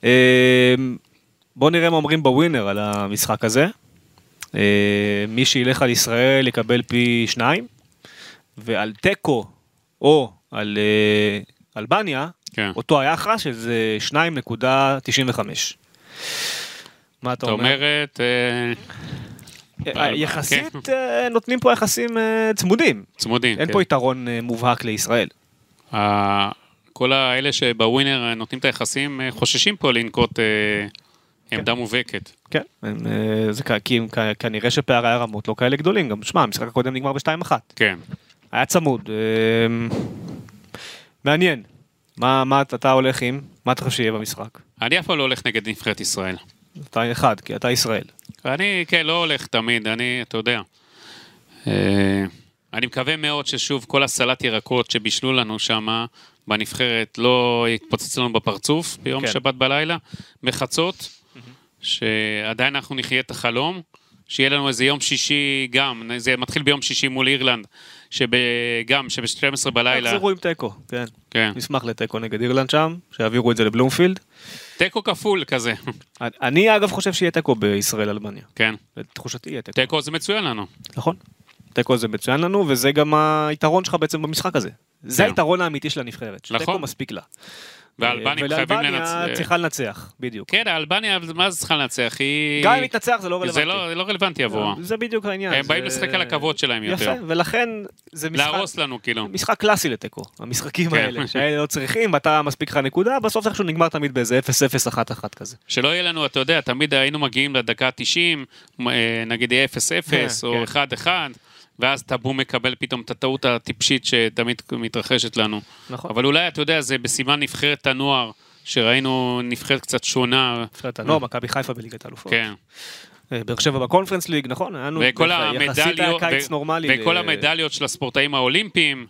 בואו נראה מה אומרים בווינר על המשחק הזה. מי שילך על ישראל יקבל פי שניים. ועל טקו, או על uh, אלבניה, כן. אותו היחס שזה שתיים נקודה תשעים וחמש. מה אתה אומר? אומרת... Uh, יחסית כן. uh, נותנים פה יחסים uh, צמודים. צמודים, אין כן. פה יתרון uh, מובהק לישראל. Uh, כל האלה שבווינר נותנים את היחסים, uh, חוששים פה לנקוט uh, עמדה כן. מובהקת. כן, הם, uh, זה כי כנראה שפערי הרמות לא כאלה גדולים. גם שמע, המשחק הקודם נגמר ב-שתיים אחת. כן. היה צמוד. מעניין. מה, מה אתה הולך עם? מה אתה חושב שיהיה במשחק? אני אף פעם לא הולך נגד נבחרת ישראל. אתה אחד, כי אתה ישראל. אני, כן, לא הולך תמיד, אני, אתה יודע. אני מקווה מאוד ששוב כל הסלט ירקות שבישלו לנו שם בנבחרת לא יתפוצץ לנו בפרצוף ביום כן. שבת בלילה, בחצות, שעדיין אנחנו נחיה את החלום. שיהיה לנו איזה יום שישי גם, זה מתחיל ביום שישי מול אירלנד, שגם, שב-שתים עשרה בלילה... יחזרו עם טקו, כן. כן. נשמח לטקו נגד אירלנד שם, שיעבירו את זה לבלומפילד. טקו כפול כזה. אני אגב חושב שיהיה טקו בישראל אלבניה. כן. לתחושתי יהיה טקו. טקו זה מצוין לנו. נכון. טקו זה מצוין לנו, וזה גם היתרון שלך בעצם במשחק הזה. זה היתרון האמיתי של הנבחרת. שטקו מספיק לה. והאלבניה חייבים לנצח. צריכה לנצח, בדיוק. כן, האלבניה, מה זה צריכה לנצח? גם אם מתנצח זה לא רלוונטי. זה לא רלוונטי עבורה. זה בדיוק העניין. הם באים לשחק על הכבוד שלהם יותר. יפה, ולכן זה משחק... להרוס לנו, כאילו. משחק קלאסי לטקו. המשחקים האלה, שהאלה לא צריכים, אתה מספיק לך נקודה, בסוף איכשהו נגמר תמיד באיזה אפס אפס אחת אחת כזה. שלא יהיה לנו, אתה יודע, תמיד היינו מגיעים לדקה תשעים, נגיד אפס אפס או אחד אחד. ואז טאבו מקבל פתאום את הטעות הטיפשית שתמיד מתרחשת לנו. נכון. אבל אולי, אתה יודע, זה בסימן נבחרת הנוער, שראינו נבחרת קצת שונה. נבחרת הנוער, מכבי חיפה בליגת האלופות. כן. באר שבע בקונפרנס ליג, נכון? וכל המדליות, וכל המדליות של הספורטאים האולימפיים.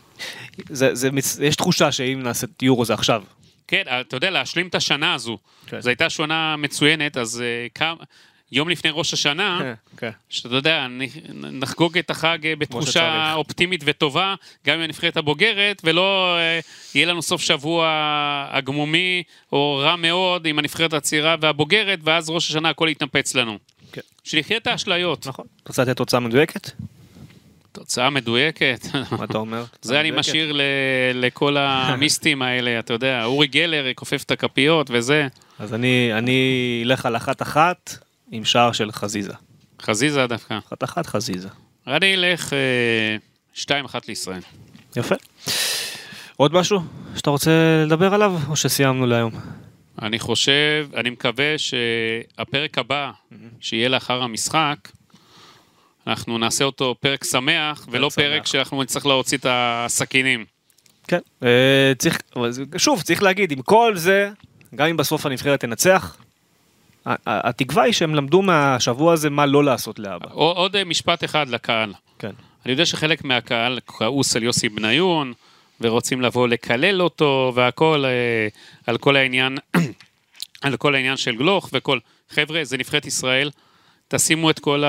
יש תחושה שאם נעשית יורו זה עכשיו. כן, אתה יודע, להשלים את השנה הזו. זו הייתה שנה מצוינת, אז כמה... יום לפני ראש השנה, שאתה יודע, נחגוג את החג בתחושה אופטימית וטובה, גם עם הנבחרת הבוגרת, ולא יהיה לנו סוף שבוע הגמומי, או רע מאוד, עם הנבחרת הצעירה והבוגרת, ואז ראש השנה הכל יתנפץ לנו. שנחיה את האשליות. נכון. רוצה לתת תוצאה מדויקת? תוצאה מדויקת. מה אתה אומר? זה אני משאיר לכל המיסטים האלה, אתה יודע, אורי גלר כופף את הכפיות וזה. אז אני אלך על אחת אחת עם שער של חזיזה. חזיזה דווקא. אחת אחת חזיזה. אני אלך שתיים אחת לישראל. יפה. עוד משהו שאתה רוצה לדבר עליו, או שסיימנו להיום? אני חושב, אני מקווה שהפרק הבא, שיהיה לאחר המשחק, אנחנו נעשה אותו פרק שמח, ולא פרק שאנחנו נצטרך להוציא את הסכינים. כן, צריך, שוב, צריך להגיד, עם כל זה, גם אם בסוף הנבחרת תנצח, התקווה היא שהם למדו מהשבוע הזה מה לא לעשות לאבא. עוד משפט אחד לקהל. כן. אני יודע שחלק מהקהל כעוס על יוסי בניון, ורוצים לבוא לקלל אותו, והכל, על כל העניין, על כל העניין של גלוך, וכל, חבר'ה, זה נבחרת ישראל, תשימו את כל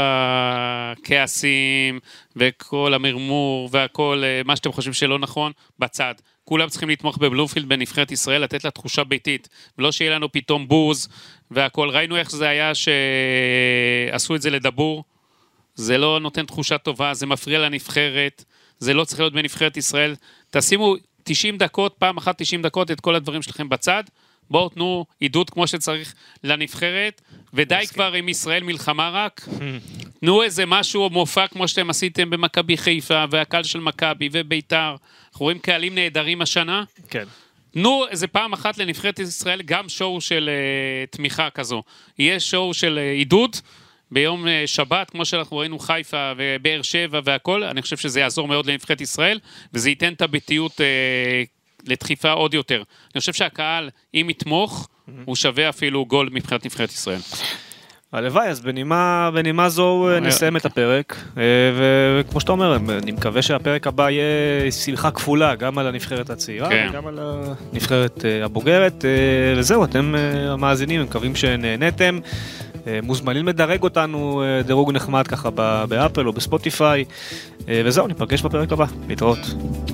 הכעסים, וכל המרמור, והכל, מה שאתם חושבים שלא נכון, בצד. כולם צריכים לתמוך בבלומפילד בנבחרת ישראל, לתת לה תחושה ביתית, ולא שיהיה לנו פתאום בוז, והכל. ראינו איך זה היה שעשו את זה לדבור, זה לא נותן תחושה טובה, זה מפריע לנבחרת, זה לא צריך להיות בנבחרת ישראל, תשימו תשעים דקות, פעם אחת תשעים דקות, את כל הדברים שלכם בצד, בואו תנו עידוד כמו שצריך לנבחרת, ודי כבר עם ישראל מלחמה רק, תנו איזה משהו מופע כמו שאתם עשיתם במכבי חיפה, והקהל של מכבי וביתר, אנחנו רואים קהלים נהדרים השנה, כן. תנו איזה פעם אחת לנבחרת ישראל, גם שואו של uh, תמיכה כזו, יהיה שואו של uh, עידוד, ביום שבת, כמו שאנחנו ראינו חיפה ובאר שבע והכל, אני חושב שזה יעזור מאוד לנבחרת ישראל, וזה ייתן את הביטיות אה, לדחיפה עוד יותר. אני חושב שהקהל, אם יתמוך, mm-hmm. הוא שווה אפילו גול מבחינת נבחרת ישראל. הלוואי, אז בנימה, בנימה זו נסיים את הפרק, וכמו שאתה אומר, אני מקווה שהפרק הבא יהיה שמחה כפולה, גם על הנבחרת הצעירה, כן. וגם על הנבחרת הבוגרת, וזהו, אתם המאזינים, מקווים שנהנתם, מוזמנים לדרג אותנו דירוג נחמד ככה באפל או בספוטיפיי, וזהו, ניפגש בפרק הבא, להתראות.